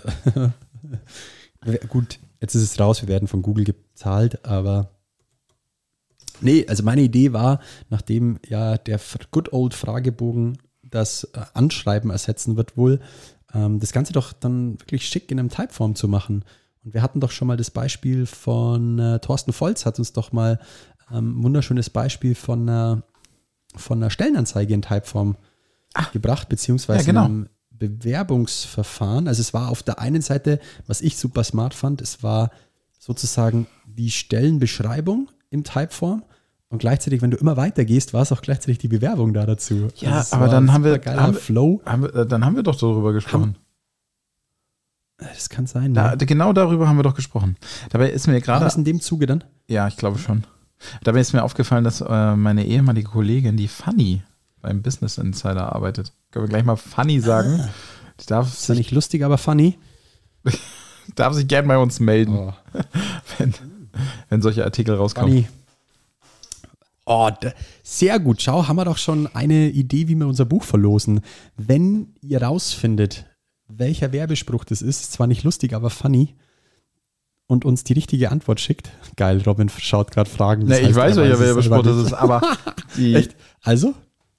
gut, jetzt ist es raus, wir werden von Google gezahlt, aber nee, also meine Idee war, nachdem ja der Good Old Fragebogen das Anschreiben ersetzen wird wohl, das Ganze doch dann wirklich schick in einem Typeform zu machen. Und wir hatten doch schon mal das Beispiel von Thorsten Volz, hat uns doch mal ein wunderschönes Beispiel von einer Stellenanzeige in Typeform gebracht, beziehungsweise in einem Bewerbungsverfahren. Also es war auf der einen Seite, was ich super smart fand, es war sozusagen die Stellenbeschreibung im Typeform und gleichzeitig, wenn du immer weiter gehst, war es auch gleichzeitig die Bewerbung da dazu. Ja, also aber dann haben wir doch darüber gesprochen. Das kann sein. Genau darüber haben wir doch gesprochen. Dabei ist mir gerade... War das in dem Zuge dann? Ja, ich glaube schon. Dabei ist mir aufgefallen, dass meine ehemalige Kollegin, die Fanny, beim Business Insider arbeitet. Können wir gleich mal Fanny sagen. Die darf ist ja nicht lustig, aber funny. Darf sich gern bei uns melden, wenn solche Artikel rauskommen. Funny. Sehr gut. Schau, haben wir doch schon eine Idee, wie wir unser Buch verlosen. Wenn ihr rausfindet, welcher Werbespruch das ist zwar nicht lustig, aber funny, und uns die richtige Antwort schickt. Geil, Robin schaut gerade Fragen. Ich weiß, welcher Werbespruch das ist, aber... Echt? Also,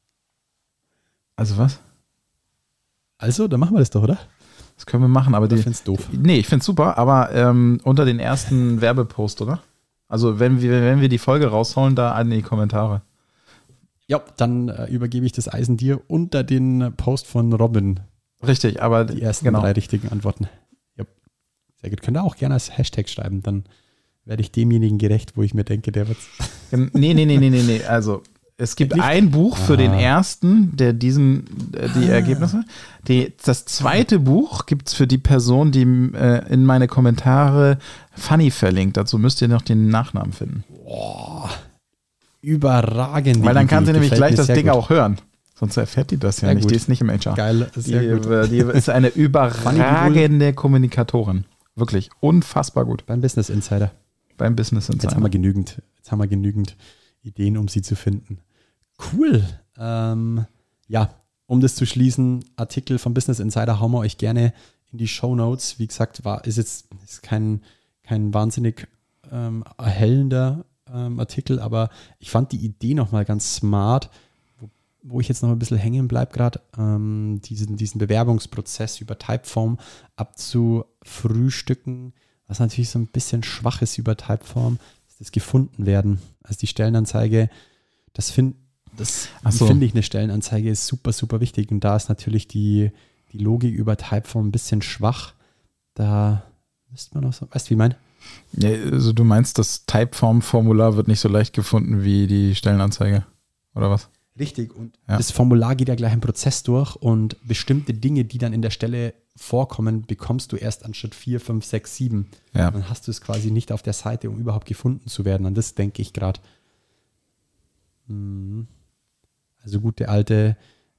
was? Also, dann machen wir das doch, oder? Das können wir machen, aber ich finde es doof. Nee, ich finde es super, aber unter den ersten Werbepost, oder? Also, wenn wir die Folge rausholen, da in die Kommentare. Ja, dann übergebe ich das Eisen dir unter den Post von Robin. Richtig, aber die ersten 3 richtigen Antworten. Ja, sehr gut. Könnt ihr auch gerne als Hashtag schreiben, dann werde ich demjenigen gerecht, wo ich mir denke, der wird's. Nee. Also, es gibt ein Buch für den ersten, der die Ergebnisse. Das zweite Buch gibt es für die Person, die in meine Kommentare Funny verlinkt. Dazu müsst ihr noch den Nachnamen finden. Boah, überragend. Weil dann kann sie nämlich gleich das Ding auch hören. Sonst erfährt die das ja nicht. Die ist nicht im HR. Geil, sehr gut. Die ist eine überragende Kommunikatorin. Wirklich unfassbar gut. Beim Business Insider. Jetzt haben wir genügend Ideen, um sie zu finden. Cool. Ja, um das zu schließen, Artikel vom Business Insider hauen wir euch gerne in die Shownotes. Wie gesagt, ist kein wahnsinnig erhellender Artikel, aber ich fand die Idee nochmal ganz smart, wo ich jetzt noch ein bisschen hängen bleibe gerade, diesen Bewerbungsprozess über Typeform abzufrühstücken, was natürlich so ein bisschen schwach ist über Typeform, ist das Gefundenwerden. Also die Stellenanzeige, finde ich, eine Stellenanzeige ist super, super wichtig. Und da ist natürlich die Logik über Typeform ein bisschen schwach. Da müsste man noch so, weißt du, wie ich meine? Ja, also du meinst, das Typeform-Formular wird nicht so leicht gefunden wie die Stellenanzeige, oder was? Richtig. Und das Formular geht ja gleich im Prozess durch und bestimmte Dinge, die dann in der Stelle vorkommen, bekommst du erst an Schritt 4, 5, 6, 7. Ja. Dann hast du es quasi nicht auf der Seite, um überhaupt gefunden zu werden. An das denke ich gerade. Also gute alte,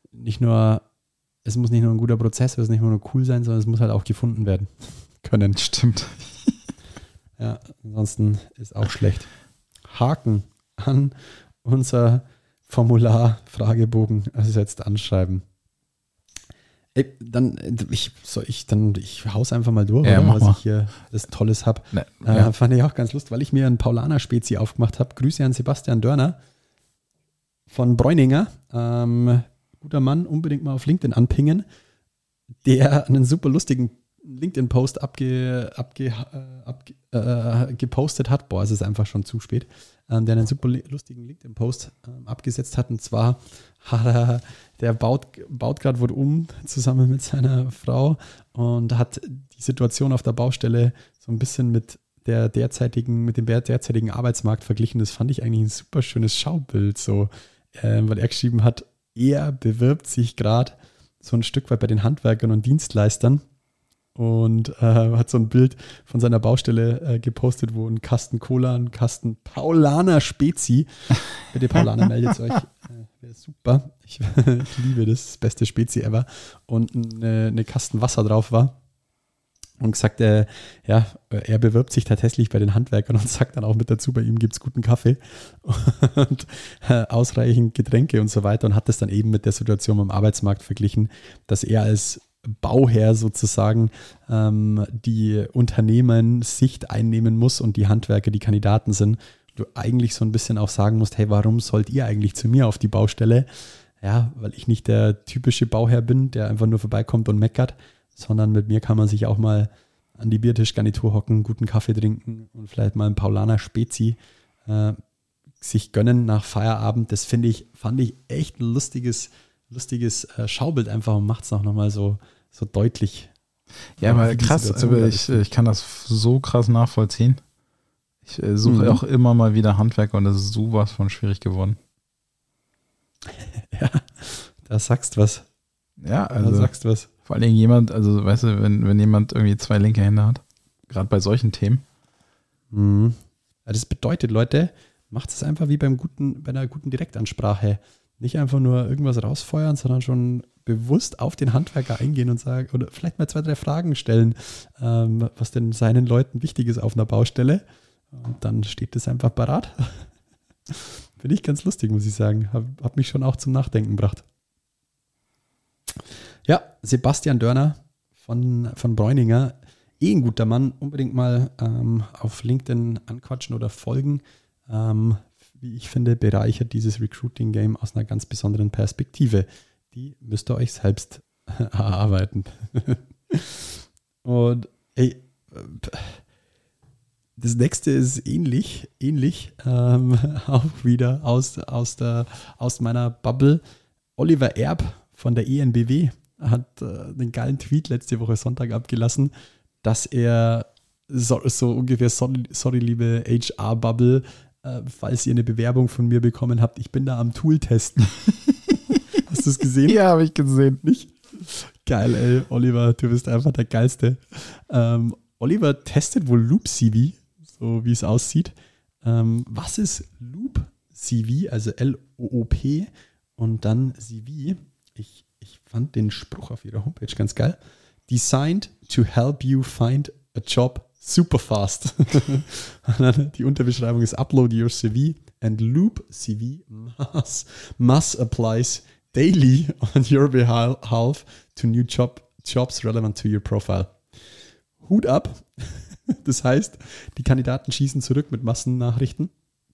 es muss nicht nur ein guter Prozess, es muss nicht nur cool sein, sondern es muss halt auch gefunden werden können. Stimmt. Ja, ansonsten ist auch schlecht. Haken an unser Formular, Fragebogen, also jetzt anschreiben. Ich hau's einfach mal durch, was ich hier das Tolles habe. Fand ich auch ganz lustig, weil ich mir ein Paulaner-Spezi aufgemacht habe. Grüße an Sebastian Dörner von Bräuninger. Guter Mann, unbedingt mal auf LinkedIn anpingen. Der einen super lustigen LinkedIn-Post gepostet hat. Boah, es ist einfach schon zu spät. Der einen super lustigen LinkedIn-Post abgesetzt hat. Und zwar der baut gerade was zusammen mit seiner Frau und hat die Situation auf der Baustelle so ein bisschen mit dem derzeitigen Arbeitsmarkt verglichen. Das fand ich eigentlich ein super schönes Schaubild, so, weil er geschrieben hat, er bewirbt sich gerade so ein Stück weit bei den Handwerkern und Dienstleistern und hat so ein Bild von seiner Baustelle gepostet, wo ein Kasten Cola, ein Kasten Paulaner Spezi, bitte Paulaner, meldet euch, wäre super, ich liebe das beste Spezi ever, und eine Kasten Wasser drauf war. Und gesagt, er bewirbt sich tatsächlich bei den Handwerkern und sagt dann auch mit dazu, bei ihm gibt es guten Kaffee und ausreichend Getränke und so weiter, und hat das dann eben mit der Situation am Arbeitsmarkt verglichen, dass er als Bauherr sozusagen die Unternehmenssicht einnehmen muss und die Handwerker die Kandidaten sind. Du eigentlich so ein bisschen auch sagen musst, hey, warum sollt ihr eigentlich zu mir auf die Baustelle? Ja, weil ich nicht der typische Bauherr bin, der einfach nur vorbeikommt und meckert, sondern mit mir kann man sich auch mal an die Biertischgarnitur hocken, guten Kaffee trinken und vielleicht mal ein Paulaner Spezi sich gönnen nach Feierabend. Das fand ich echt ein lustiges Schaubild einfach und macht es auch nochmal so deutlich. Ja, aber krass, aber ich kann das so krass nachvollziehen. Ich suche auch immer mal wieder Handwerker und das ist sowas von schwierig geworden. Ja, da sagst was. Ja, also da sagst was. Vor allen Dingen jemand, also weißt du, wenn jemand irgendwie 2 linke Hände hat, gerade bei solchen Themen. Mhm. Ja, das bedeutet, Leute, macht es einfach wie bei einer guten Direktansprache. Nicht einfach nur irgendwas rausfeuern, sondern schon bewusst auf den Handwerker eingehen und sagen, oder vielleicht mal 2, 3 Fragen stellen, was denn seinen Leuten wichtig ist auf einer Baustelle. Und dann steht das einfach parat. Finde ich ganz lustig, muss ich sagen. Hab mich schon auch zum Nachdenken gebracht. Ja, Sebastian Dörner von Bräuninger, ein guter Mann, unbedingt mal auf LinkedIn anquatschen oder folgen. Wie ich finde, bereichert dieses Recruiting-Game aus einer ganz besonderen Perspektive. Die müsst ihr euch selbst erarbeiten. Und hey, das nächste ist ähnlich auch wieder aus meiner Bubble. Oliver Erb von der ENBW hat einen geilen Tweet letzte Woche Sonntag abgelassen, dass er so ungefähr, sorry liebe HR-Bubble, falls ihr eine Bewerbung von mir bekommen habt, ich bin da am Tool testen. Hast du es gesehen? Ja, habe ich gesehen. Nicht? Geil, ey, Oliver, du bist einfach der Geilste. Oliver testet wohl Loop CV, so wie es aussieht. Was ist Loop CV, also L-O-O-P und dann CV? Ich fand den Spruch auf ihrer Homepage ganz geil. Designed to help you find a job super fast. Und dann die Unterbeschreibung ist Upload your CV and Loop CV must applies daily on your behalf to new jobs relevant to your profile. Hut ab. Das heißt, die Kandidaten schießen zurück mit Massennachrichten.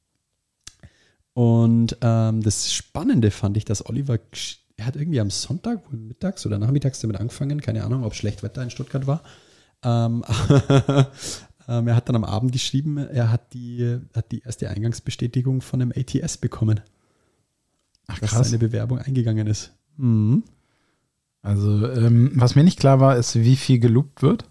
Und das Spannende fand ich, dass Oliver, er hat irgendwie am Sonntag, wohl mittags oder nachmittags damit angefangen, keine Ahnung, ob schlecht Wetter in Stuttgart war. Er hat dann am Abend geschrieben, er hat die erste Eingangsbestätigung von einem ATS bekommen. Ach, dass krass. seine Bewerbung eingegangen ist. Mhm. Also, was mir nicht klar war, ist, wie viel geloopt wird.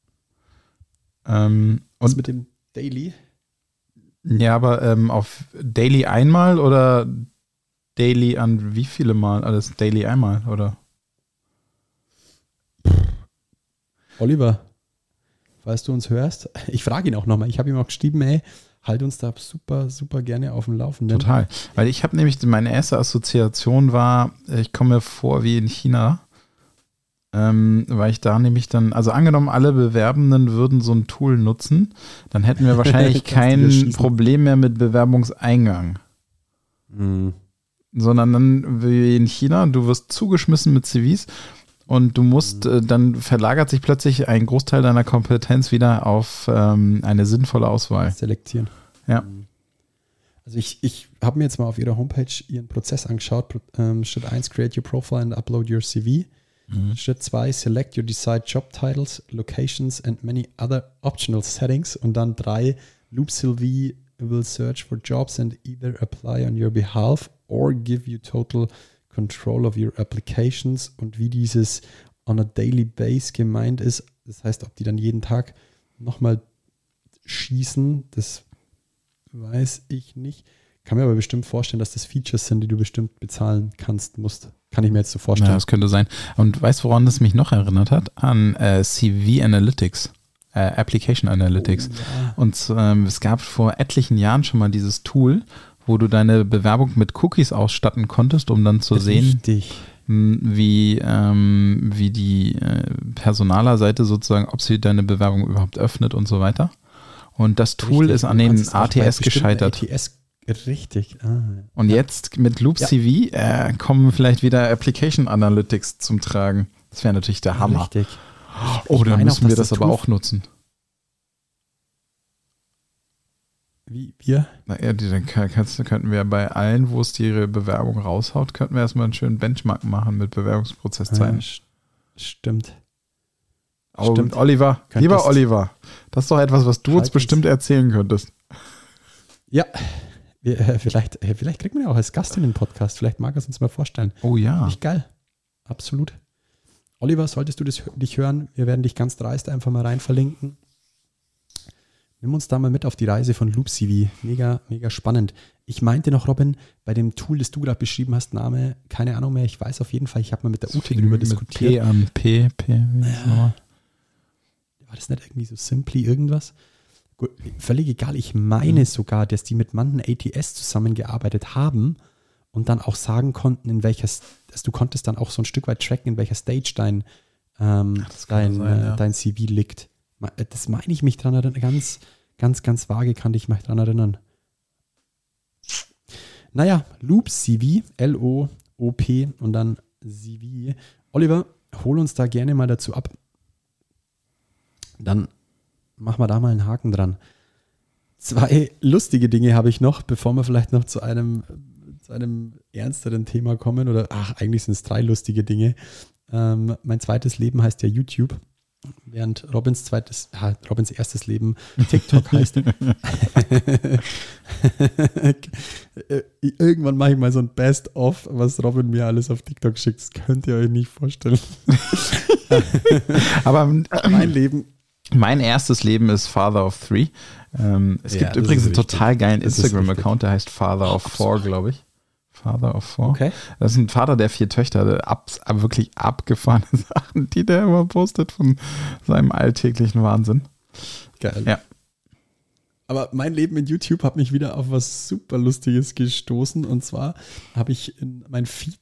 Und mit dem Daily? Ja, aber auf Daily einmal oder Daily an wie viele Mal? Alles Daily einmal, oder? Oliver, falls du uns hörst, ich frage ihn auch nochmal. Ich habe ihm auch geschrieben, ey, halt uns da super, super gerne auf dem Laufenden. Total. Weil ich habe nämlich, meine erste Assoziation war, ich komme mir vor wie in China, weil ich da nämlich dann, also angenommen, alle Bewerbenden würden so ein Tool nutzen, dann hätten wir wahrscheinlich kein Problem mehr mit Bewerbungseingang. Mhm. Sondern dann wie in China, du wirst zugeschmissen mit CVs und du musst, dann verlagert sich plötzlich ein Großteil deiner Kompetenz wieder auf eine sinnvolle Auswahl. Selektieren. Ja. Also ich habe mir jetzt mal auf ihrer Homepage ihren Prozess angeschaut. Schritt 1, create your profile and upload your CV. Schritt 2, select your desired job titles, locations and many other optional settings. Und dann 3, LoopCV will search for jobs and either apply on your behalf or give you total control of your applications. Und wie dieses on a daily base gemeint ist, das heißt, ob die dann jeden Tag nochmal schießen, das weiß ich nicht. Kann mir aber bestimmt vorstellen, dass das Features sind, die du bestimmt bezahlen musst. Kann ich mir jetzt so vorstellen. Ja, das könnte sein. Und weißt du, woran das mich noch erinnert hat? An CV Analytics. Application Analytics. Oh, ja. Und es gab vor etlichen Jahren schon mal dieses Tool, wo du deine Bewerbung mit Cookies ausstatten konntest, um dann zu sehen, wie die Personalerseite sozusagen, ob sie deine Bewerbung überhaupt öffnet und so weiter. Und das Tool ist an den ATS gescheitert. Richtig. Und jetzt mit LoopCV kommen vielleicht wieder Application Analytics zum Tragen. Das wäre natürlich der Hammer. Richtig. Oh, dann müssen wir das aber auch nutzen. Wie wir? Naja, dann könnten wir bei allen, wo es die Bewerbung raushaut, könnten wir erstmal einen schönen Benchmark machen mit Bewerbungsprozesszeiten. Stimmt. Stimmt. Oliver, lieber Oliver, das ist doch etwas, was du uns bestimmt erzählen könntest. Ja, vielleicht kriegt man ja auch als Gast in den Podcast. Vielleicht mag er es uns mal vorstellen. Oh ja. Nicht geil. Absolut. Oliver, solltest du dich hören, wir werden dich ganz dreist einfach mal rein verlinken. Nimm uns da mal mit auf die Reise von LoopCV. Mega, mega spannend. Ich meinte noch, Robin, bei dem Tool, das du gerade beschrieben hast, Name, keine Ahnung mehr, ich weiß auf jeden Fall, ich habe mal mit der Ute drüber diskutiert. P, wie ist nochmal? War das nicht irgendwie so Simply irgendwas? Gut, völlig egal, ich meine sogar, dass die mit manchen ATS zusammengearbeitet haben und dann auch sagen konnten, in welcher, also du konntest dann auch so ein Stück weit tracken, in welcher Stage dein CV liegt. Das meine ich mich dran erinnern, ganz vage kann ich mich dran erinnern. Naja, LoopCV, L-O-O-P und dann CV. Oliver, hol uns da gerne mal dazu ab. Dann machen wir da mal einen Haken dran. 2 lustige Dinge habe ich noch, bevor wir vielleicht noch zu einem ernsteren Thema kommen. Eigentlich sind es 3 lustige Dinge. Mein zweites Leben heißt ja YouTube, während Robins erstes Leben TikTok heißt. Irgendwann mache ich mal so ein Best-of, was Robin mir alles auf TikTok schickt. Das könnt ihr euch nicht vorstellen. Aber mein erstes Leben ist Father of 3. Es gibt übrigens einen total geilen Instagram-Account, der heißt Father of 4, glaube ich. Father of 4. Okay. Das ist ein Vater der 4 Töchter, wirklich abgefahrene Sachen, die der immer postet von seinem alltäglichen Wahnsinn. Geil. Ja. Aber mein Leben in YouTube hat mich wieder auf was super Lustiges gestoßen. Und zwar habe ich in mein Feed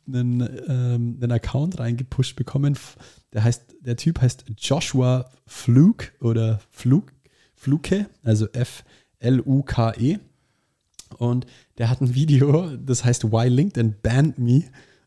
einen Account reingepusht bekommen. Der Typ heißt Joshua Fluke oder Fluke, also F-L-U-K-E. Und der hat ein Video, das heißt Why LinkedIn Banned Me.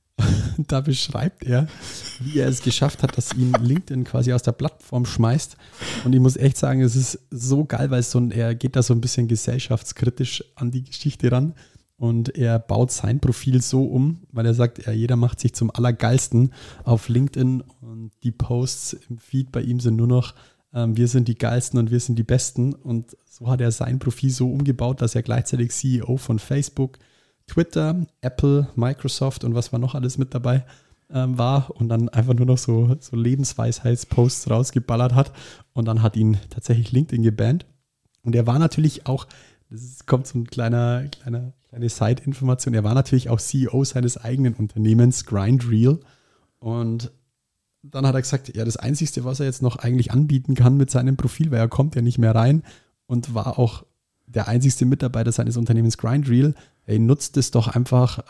Da beschreibt er, wie er es geschafft hat, dass ihn LinkedIn quasi aus der Plattform schmeißt. Und ich muss echt sagen, es ist so geil, weil er geht da so ein bisschen gesellschaftskritisch an die Geschichte ran. Und er baut sein Profil so um, weil er sagt, jeder macht sich zum Allergeilsten auf LinkedIn. Und die Posts im Feed bei ihm sind nur noch, wir sind die Geilsten und wir sind die Besten. Und so hat er sein Profil so umgebaut, dass er gleichzeitig CEO von Facebook, Twitter, Apple, Microsoft und was war noch alles mit dabei war und dann einfach nur noch so Lebensweisheitsposts rausgeballert hat und dann hat ihn tatsächlich LinkedIn gebannt. Und er war natürlich auch, kommt so eine kleine Side-Information, er war natürlich auch CEO seines eigenen Unternehmens, Grindreel, und dann hat er gesagt, ja, das Einzige, was er jetzt noch eigentlich anbieten kann mit seinem Profil, weil er kommt ja nicht mehr rein und war auch der einzigste Mitarbeiter seines Unternehmens Grindreel. Nutzt es doch einfach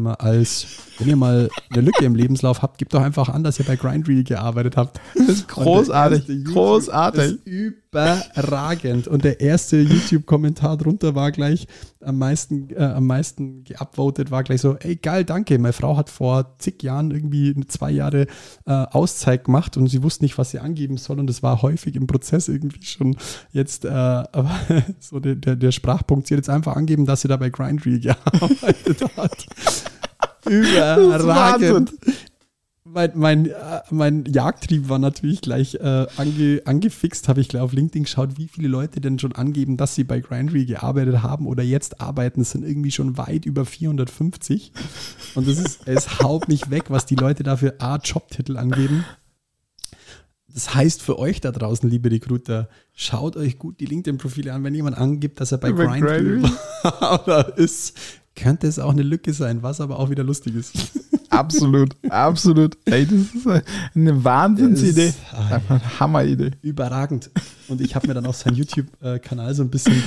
wenn ihr mal eine Lücke im Lebenslauf habt, gebt doch einfach an, dass ihr bei Grindreel gearbeitet habt. Das ist großartig, großartig. Das ist überragend. Und der erste YouTube-Kommentar drunter war gleich am meisten geupvotet, war gleich so, ey geil, danke, meine Frau hat vor zig Jahren irgendwie 2 Jahre Auszeit gemacht und sie wusste nicht, was sie angeben soll und es war häufig im Prozess irgendwie schon jetzt, aber so der Sprachpunkt, sie hat jetzt einfach angeben, dass sie da bei Grindreel gearbeitet hat. Überragend. mein Jagdtrieb war natürlich gleich angefixt, habe ich gleich auf LinkedIn geschaut, wie viele Leute denn schon angeben, dass sie bei Grindreel gearbeitet haben oder jetzt arbeiten. Es sind irgendwie schon weit über 450. Und es haut mich weg, was die Leute da für Jobtitel angeben. Das heißt für euch da draußen, liebe Recruiter, schaut euch gut die LinkedIn-Profile an. Wenn jemand angibt, dass er bei Grindreel oder ist, könnte es auch eine Lücke sein, was aber auch wieder lustig ist. Absolut. Ey, das ist eine Wahnsinnsidee. Einfach eine Hammeridee. Überragend. Und ich habe mir dann auch seinen YouTube-Kanal so ein bisschen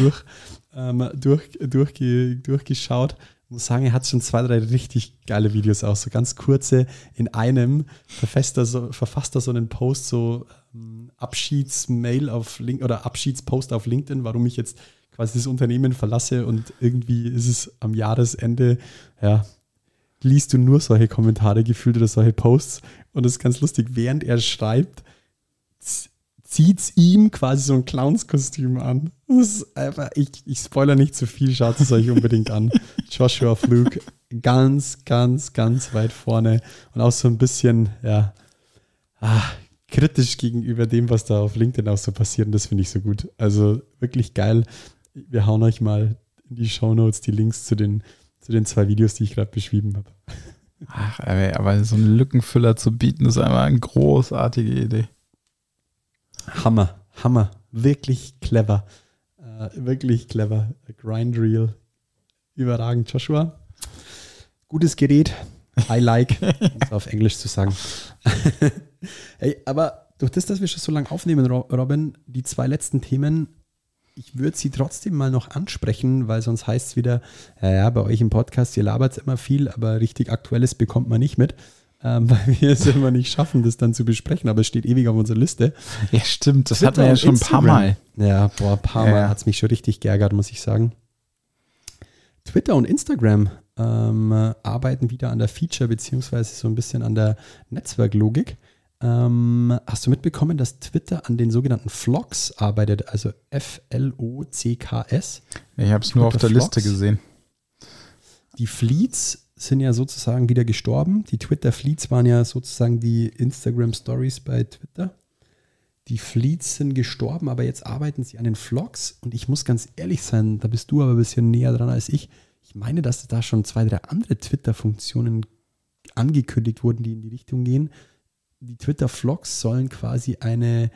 durchgeschaut. Ich muss sagen, er hat schon 2, 3 richtig geile Videos auch, so ganz kurze. In einem verfasst er so einen Post, so Abschiedsmail auf LinkedIn oder Abschiedspost auf LinkedIn, warum ich jetzt quasi das Unternehmen verlasse, und irgendwie ist es am Jahresende, ja, liest du nur solche Kommentare gefühlt oder solche Posts, und das ist ganz lustig, während er schreibt, zieht es ihm quasi so ein Clownskostüm an. Das ist einfach, ich spoilere nicht zu viel, schaut es euch unbedingt an. Joshua Fluke, ganz, ganz, ganz weit vorne und auch so ein bisschen, ja, kritisch gegenüber dem, was da auf LinkedIn auch so passiert, und das finde ich so gut. Also wirklich geil. Wir hauen euch mal in die Shownotes die Links zu den 2 Videos, die ich gerade beschrieben habe. Ach, aber so einen Lückenfüller zu bieten, ist einfach eine großartige Idee. Hammer. Wirklich clever. Grindreel. Überragend, Joshua. Gutes Gerät. I like, um es auf Englisch zu sagen. Hey, aber durch das, dass wir schon so lange aufnehmen, Robin, die 2 letzten Themen, ich würde sie trotzdem mal noch ansprechen, weil sonst heißt es wieder, ja, bei euch im Podcast, ihr labert immer viel, aber richtig Aktuelles bekommt man nicht mit, weil wir es immer nicht schaffen, das dann zu besprechen, aber es steht ewig auf unserer Liste. Ja, stimmt, das hatten wir ja schon ein paar Mal. Ja, ein paar Mal hat es mich schon richtig geärgert, muss ich sagen. Twitter und Instagram arbeiten wieder an der Feature beziehungsweise so ein bisschen an der Netzwerklogik. Hast du mitbekommen, dass Twitter an den sogenannten Vlogs arbeitet, also FLOCKS? Ich habe es nur auf der Liste gesehen. Die Fleets sind ja sozusagen wieder gestorben. Die Twitter-Fleets waren ja sozusagen die Instagram-Stories bei Twitter. Die Fleets sind gestorben, aber jetzt arbeiten sie an den Vlogs. Und ich muss ganz ehrlich sein, da bist du aber ein bisschen näher dran als ich. Ich meine, dass da schon 2, 3 andere Twitter-Funktionen angekündigt wurden, die in die Richtung gehen. Die Twitter-Vlogs sollen quasi eine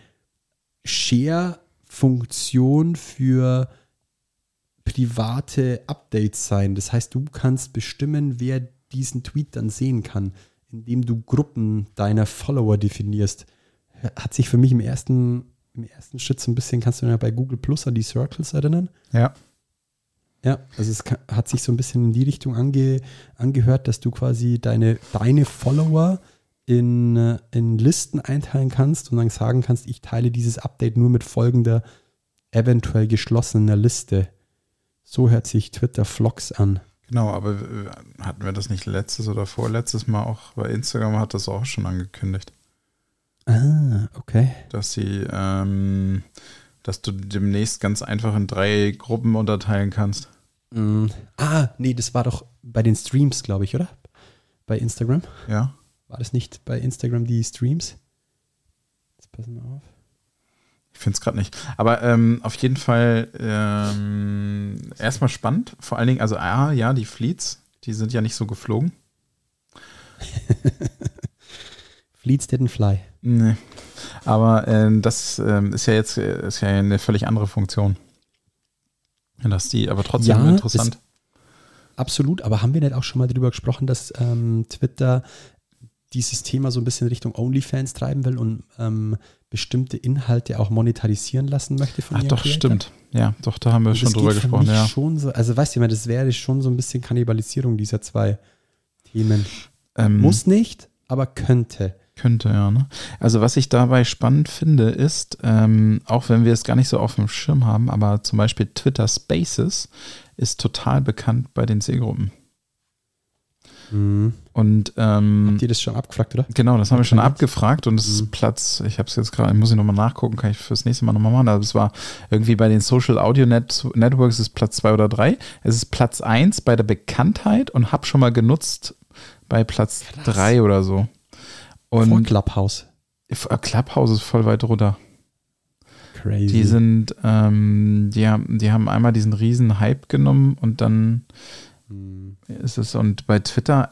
Share-Funktion für private Updates sein. Das heißt, du kannst bestimmen, wer diesen Tweet dann sehen kann, indem du Gruppen deiner Follower definierst. Hat sich für mich im ersten Schritt so ein bisschen, kannst du ja bei Google Plus an die Circles erinnern? Ja. Ja, also es hat sich so ein bisschen in die Richtung angehört, dass du quasi deine Follower in Listen einteilen kannst und dann sagen kannst, ich teile dieses Update nur mit folgender eventuell geschlossener Liste. So hört sich Twitter Vlogs an. Genau, aber hatten wir das nicht letztes oder vorletztes Mal auch bei Instagram, hat das auch schon angekündigt. Ah, okay. Dass du demnächst ganz einfach in 3 Gruppen unterteilen kannst. Nee, das war doch bei den Streams, glaube ich, oder? Bei Instagram? Ja. War das nicht bei Instagram die Streams? Jetzt passen wir auf. Ich finde es gerade nicht. Aber auf jeden Fall erstmal spannend. Vor allen Dingen, also ja, die Fleets, die sind ja nicht so geflogen. Fleets didn't fly. Nee. Aber das ist ja eine völlig andere Funktion. Dass die, aber trotzdem interessant. Absolut, aber haben wir nicht auch schon mal drüber gesprochen, dass Twitter dieses Thema so ein bisschen Richtung OnlyFans treiben will und bestimmte Inhalte auch monetarisieren lassen möchte von ihren Ach doch, Creators? stimmt. Ja, doch, da haben wir schon drüber gesprochen. Ja. Schon so, also weißt du, das wäre schon so ein bisschen Kannibalisierung dieser 2 Themen. Muss nicht, aber könnte. Könnte, ja. Ne? Also was ich dabei spannend finde, ist, auch wenn wir es gar nicht so auf dem Schirm haben, aber zum Beispiel Twitter Spaces ist total bekannt bei den Zielgruppen. Und habt ihr das schon abgefragt, oder? Genau, das haben wir schon abgefragt und es ist Platz, ich habe es jetzt gerade, muss ich nochmal nachgucken, kann ich fürs nächste Mal nochmal machen, aber es war irgendwie bei den Social Audio Networks ist Platz 2 oder 3. Es ist Platz 1 bei der Bekanntheit und habe schon mal genutzt bei Platz 3 oder so. Vor Clubhouse. Clubhouse ist voll weit runter. Crazy. Die sind, die haben einmal diesen riesen Hype genommen und dann ist es, und bei Twitter,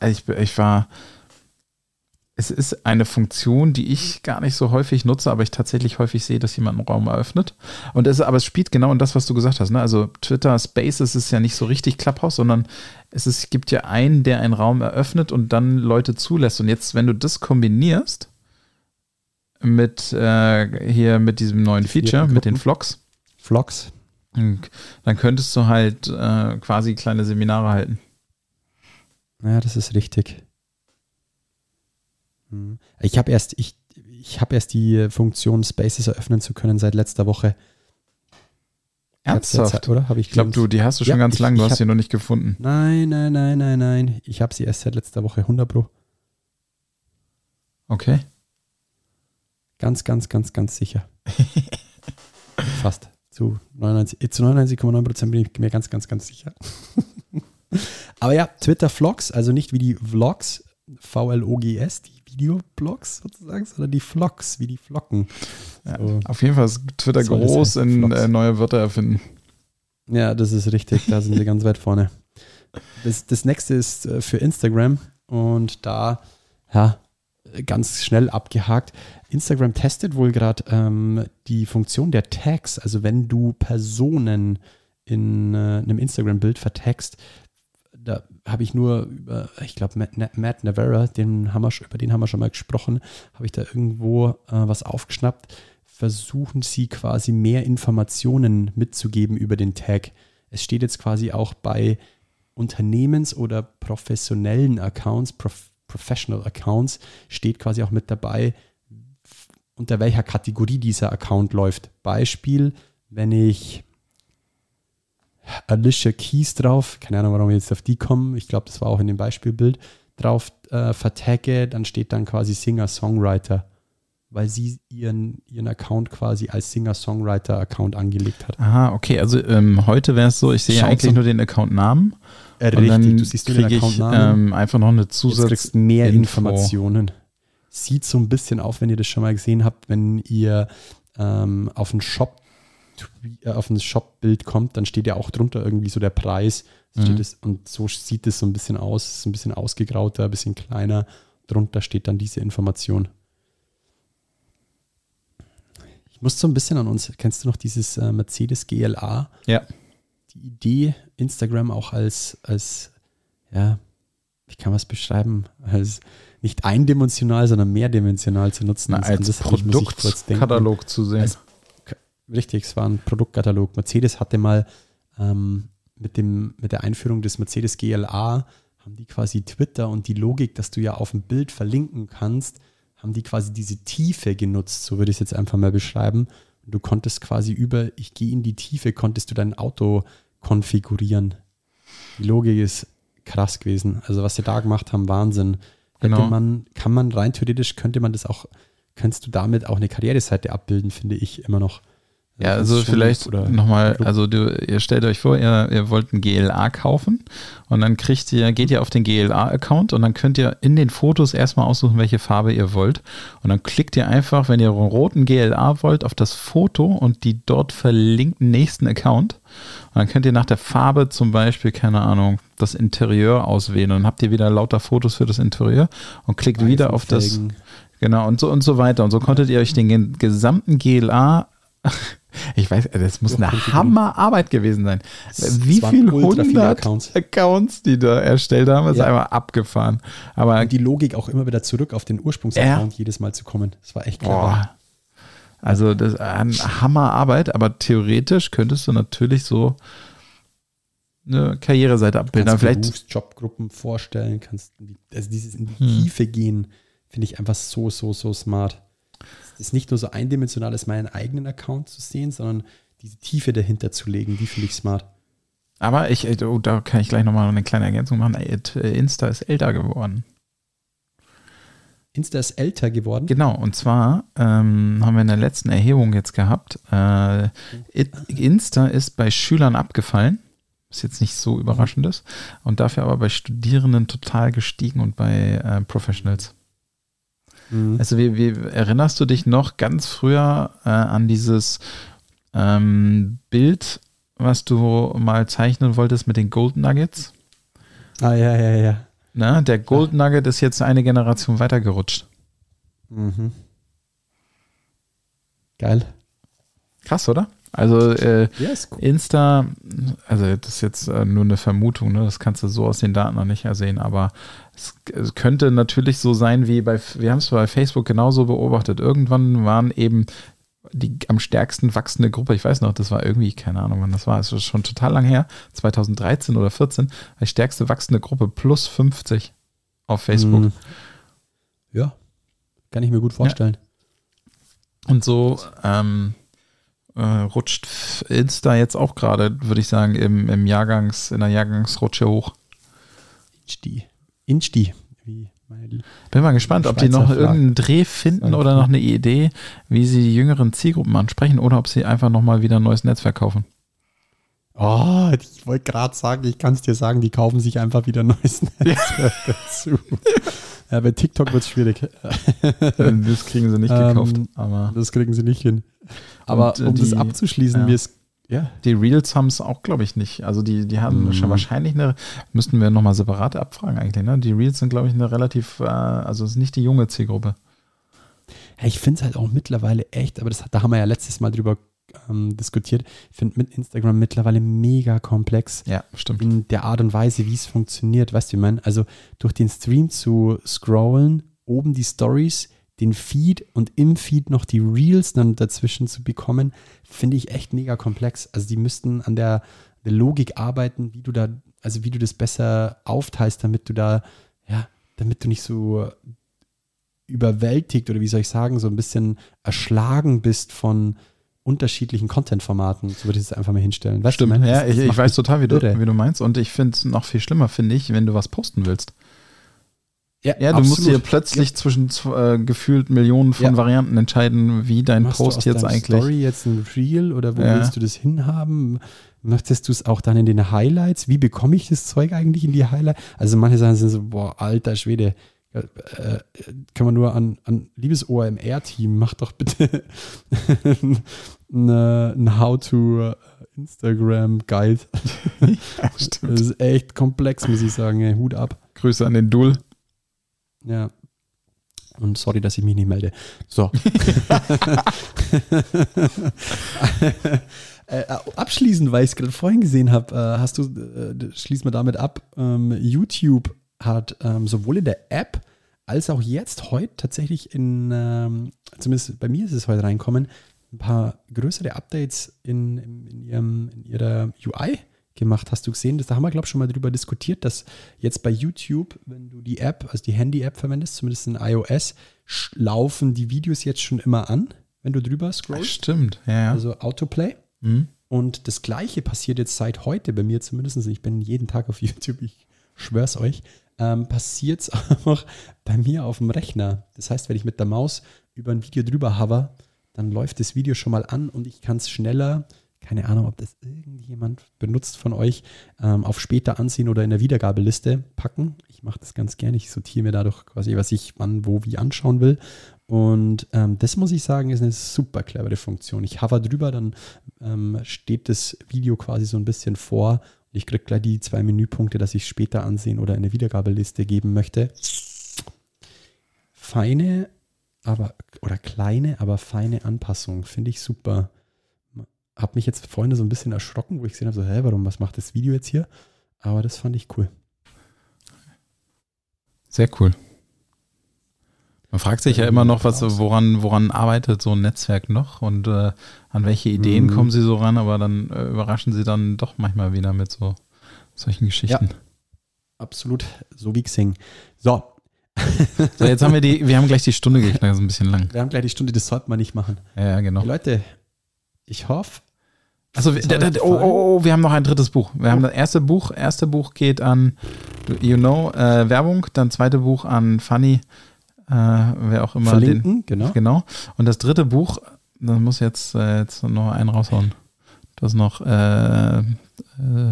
es ist eine Funktion, die ich gar nicht so häufig nutze, aber ich tatsächlich häufig sehe, dass jemand einen Raum eröffnet. Aber es spielt genau in das, was du gesagt hast. Ne? Also Twitter Spaces ist ja nicht so richtig Clubhouse, sondern es gibt ja einen, der einen Raum eröffnet und dann Leute zulässt. Und jetzt, wenn du das kombinierst mit diesem neuen Feature, mit den Vlogs, dann könntest du halt quasi kleine Seminare halten. Ja, das ist richtig. Ich habe erst die Funktion Spaces eröffnen zu können seit letzter Woche. Ernsthaft? Oder? Ich glaube, die hast du schon ganz lange, du hast sie noch nicht gefunden. Nein. Ich habe sie erst seit letzter Woche, 100 Pro. Okay. Ganz sicher. Fast. Zu 99,9% bin ich mir ganz sicher. Aber ja, Twitter Vlogs, also nicht wie die Vlogs, VLOGS, die Videoblogs sozusagen, sondern die Vlogs, wie die Flocken. Ja, so. Auf jeden Fall ist Twitter groß in neue Wörter erfinden. Ja, das ist richtig, da sind sie ganz weit vorne. Das nächste ist für Instagram und da, ganz schnell abgehakt. Instagram testet wohl gerade die Funktion der Tags, also wenn du Personen in einem Instagram-Bild vertagst. Da habe ich nur über, ich glaube, Matt Navarra, über den haben wir schon mal gesprochen, habe ich da irgendwo was aufgeschnappt. Versuchen sie quasi mehr Informationen mitzugeben über den Tag. Es steht jetzt quasi auch bei Unternehmens- oder professionellen Accounts, Professional Accounts, steht quasi auch mit dabei, unter welcher Kategorie dieser Account läuft. Beispiel, wenn ich Alicia Keys drauf, keine Ahnung, warum wir jetzt auf die kommen, ich glaube, das war auch in dem Beispielbild, drauf vertagge, dann steht dann quasi Singer-Songwriter, weil sie ihren Account quasi als Singer-Songwriter-Account angelegt hat. Aha, okay, also heute wäre es so, ich sehe ja eigentlich nur den Account-Namen. Richtig, du siehst nur den Account-Namen. Einfach noch eine Zusatz. Jetzt kriegst mehr Informationen. Sieht so ein bisschen auf, wenn ihr das schon mal gesehen habt, wenn ihr auf ein Shop-Bild kommt, dann steht ja auch drunter irgendwie so der Preis. Und so sieht es so ein bisschen aus. Es ist ein bisschen ausgegrauter, ein bisschen kleiner. Drunter steht dann diese Information. Ich muss so ein bisschen an uns, kennst du noch dieses Mercedes GLA? Ja. Die Idee, Instagram auch als wie kann man es beschreiben, als nicht eindimensional, sondern mehrdimensional zu nutzen. Als Produktkatalog zu sehen. Richtig, es war ein Produktkatalog. Mercedes hatte mal mit der Einführung des Mercedes GLA, haben die quasi Twitter und die Logik, dass du ja auf dem Bild verlinken kannst, haben die quasi diese Tiefe genutzt, so würde ich es jetzt einfach mal beschreiben. Und du konntest quasi ich gehe in die Tiefe, konntest du dein Auto konfigurieren. Die Logik ist krass gewesen. Also was sie da gemacht haben, Wahnsinn. Genau. Könntest du damit auch eine Karriereseite abbilden, finde ich immer noch. Ja, also vielleicht nochmal, also ihr stellt euch vor, ihr wollt ein GLA kaufen und dann geht ihr auf den GLA-Account und dann könnt ihr in den Fotos erstmal aussuchen, welche Farbe ihr wollt und dann klickt ihr einfach, wenn ihr einen roten GLA wollt, auf das Foto und die dort verlinkten nächsten Account und dann könnt ihr nach der Farbe zum Beispiel, keine Ahnung, das Interieur auswählen und dann habt ihr wieder lauter Fotos für das Interieur und klickt wieder auf das, genau, und so weiter und so konntet ihr euch den gesamten GLA ich weiß, das muss eine Hammerarbeit gewesen sein. Wie viele 100 Accounts, die da erstellt haben, ist einfach abgefahren. Aber und die Logik auch immer wieder zurück auf den Ursprungsaccount jedes Mal zu kommen. Das war echt klar. Also das ist eine Hammerarbeit, aber theoretisch könntest du natürlich so eine Karriereseite abbilden. Kannst vielleicht Jobgruppen vorstellen, dieses in die Tiefe gehen, finde ich einfach so smart. Es ist nicht nur so eindimensional, als meinen eigenen Account zu sehen, sondern diese Tiefe dahinter zu legen, die finde ich smart. Aber da kann ich gleich nochmal eine kleine Ergänzung machen. Insta ist älter geworden. Insta ist älter geworden? Genau, und zwar haben wir in der letzten Erhebung jetzt gehabt, Insta ist bei Schülern abgefallen, was jetzt nicht so überraschend ist, und dafür aber bei Studierenden total gestiegen und bei Professionals. Also wie erinnerst du dich noch ganz früher an dieses Bild, was du mal zeichnen wolltest mit den Gold Nuggets? Ah, ja. Na, der Gold Nugget ist jetzt eine Generation weitergerutscht. Mhm. Geil. Krass, oder? Also Ist cool. Insta, also das ist jetzt nur eine Vermutung, ne? Das kannst du so aus den Daten noch nicht ersehen, aber es könnte natürlich so sein wie wir haben es bei Facebook genauso beobachtet. Irgendwann waren eben die am stärksten wachsende Gruppe, ich weiß noch, das war irgendwie, keine Ahnung wann das war, es ist schon total lang her, 2013 oder 14, die stärkste wachsende Gruppe plus 50 auf Facebook. Ja, kann ich mir gut vorstellen. Und so rutscht Insta jetzt auch gerade, würde ich sagen, in der Jahrgangsrutsche hoch. Insti. Wie meine Bin mal gespannt, ob die noch irgendeinen Dreh finden oder noch eine Idee, wie sie die jüngeren Zielgruppen ansprechen oder ob sie einfach nochmal wieder ein neues Netzwerk kaufen. Oh, ich wollte gerade sagen, ich kann es dir sagen, die kaufen sich einfach wieder ein neues Netzwerk dazu. Ja, bei TikTok wird es schwierig. Das kriegen sie nicht gekauft. Aber das kriegen sie nicht hin. Aber um das abzuschließen, die Reels haben es auch, glaube ich, nicht. Also die haben schon wahrscheinlich müssten wir nochmal separat abfragen eigentlich. Ne? Die Reels sind, glaube ich, eine relativ, also es ist nicht die junge Zielgruppe. Ja, ich finde es halt auch mittlerweile echt, aber da haben wir ja letztes Mal drüber diskutiert. Ich finde mit Instagram mittlerweile mega komplex. Ja, stimmt. In der Art und Weise, wie es funktioniert. Weißt du, wie ich meine? Also durch den Stream zu scrollen, oben die Stories, den Feed und im Feed noch die Reels dann dazwischen zu bekommen, finde ich echt mega komplex. Also die müssten an der Logik arbeiten, wie du das besser aufteilst, damit du nicht so überwältigt oder wie soll ich sagen, so ein bisschen erschlagen bist von unterschiedlichen Content-Formaten. So würde ich es einfach mal hinstellen. Weißt Stimmt, du, ja, ich weiß total, wie du meinst. Und ich finde es noch viel schlimmer, finde ich, wenn du was posten willst. Ja, du absolut. musst dir plötzlich zwischen gefühlt Millionen von Varianten entscheiden, wie dein Machst Post du aus jetzt deiner eigentlich. Story jetzt ein Reel oder wo willst du das hinhaben? Möchtest du es auch dann in den Highlights? Wie bekomme ich das Zeug eigentlich in die Highlights? Also manche Sachen sind so, boah, alter Schwede, kann man nur an liebes OMR-Team, mach doch bitte ein How-to-Instagram-Guide. Ja, stimmt. Das ist echt komplex, muss ich sagen. Ey, Hut ab. Grüße an den Dul. Ja. Und sorry, dass ich mich nicht melde. So. Abschließend, weil ich es gerade vorhin gesehen habe, schließen wir damit ab, YouTube hat sowohl in der App als auch jetzt heute tatsächlich zumindest bei mir ist es heute reinkommen, ein paar größere Updates in ihrer UI gemacht. Hast du gesehen? Da haben wir, glaube ich, schon mal drüber diskutiert, dass jetzt bei YouTube, wenn du die App, also die Handy-App verwendest, zumindest in iOS, laufen die Videos jetzt schon immer an, wenn du drüber scrollst. Stimmt, ja. Also Autoplay. Mhm. Und das Gleiche passiert jetzt seit heute bei mir zumindest. Ich bin jeden Tag auf YouTube, ich schwör's euch. Passiert es auch bei mir auf dem Rechner. Das heißt, wenn ich mit der Maus über ein Video drüber hover, dann läuft das Video schon mal an und ich kann es schneller, keine Ahnung, ob das irgendjemand benutzt von euch, auf später ansehen oder in der Wiedergabeliste packen. Ich mache das ganz gerne. Ich sortiere mir dadurch quasi, was ich wann, wo, wie anschauen will. Und das muss ich sagen, ist eine super clevere Funktion. Ich hover drüber, dann steht das Video quasi so ein bisschen vor. Ich kriege gleich die 2 Menüpunkte, dass ich später ansehen oder in der Wiedergabeliste geben möchte. Kleine, aber feine Anpassung. Finde ich super. Habe mich jetzt vorhin so ein bisschen erschrocken, wo ich gesehen habe, so, was macht das Video jetzt hier? Aber das fand ich cool. Sehr cool. Man fragt sich ja immer noch, woran arbeitet so ein Netzwerk noch und an welche Ideen kommen sie so ran, aber dann überraschen sie dann doch manchmal wieder mit solchen Geschichten. Ja, absolut, so wie Xing. So, jetzt haben wir haben gleich die Stunde geknackt, das ist ein bisschen lang. Wir haben gleich die Stunde, das sollte man nicht machen. Ja, genau. Hey, Leute, ich hoffe. Also, wir haben noch ein drittes Buch. Wir haben das erste Buch geht an Werbung, dann zweite Buch an Fanny, wer auch immer. Verlinken, genau. Und das dritte Buch, das muss jetzt noch einen raushauen. Das ist noch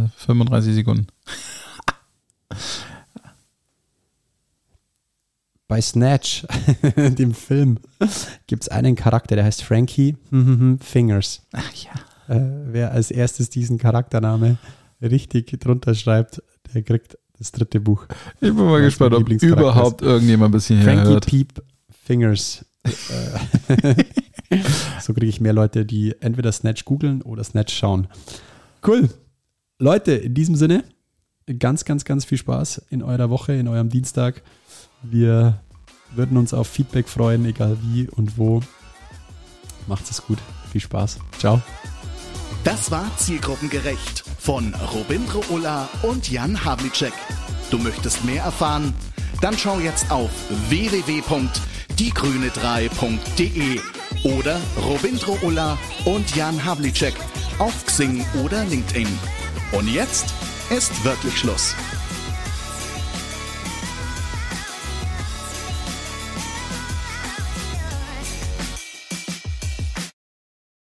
35 Sekunden. bei Snatch, dem Film, gibt es einen Charakter, der heißt Frankie Fingers. Ach ja. Wer als erstes diesen Charaktername richtig drunter schreibt, der kriegt das 3. Buch. Ich bin mal gespannt, ob überhaupt irgendjemand ein bisschen Frankie hört. Peep Fingers. So kriege ich mehr Leute, die entweder Snatch googeln oder Snatch schauen. Cool. Leute, in diesem Sinne, ganz, ganz, ganz viel Spaß in eurer Woche, in eurem Dienstag. Wir würden uns auf Feedback freuen, egal wie und wo. Macht's es gut. Viel Spaß. Ciao. Das war Zielgruppengerecht von Robindro Ulla und Jan Havlicek. Du möchtest mehr erfahren? Dann schau jetzt auf www.diegrüne3.de oder Robindro Ulla und Jan Havlicek auf Xing oder LinkedIn. Und jetzt ist wirklich Schluss.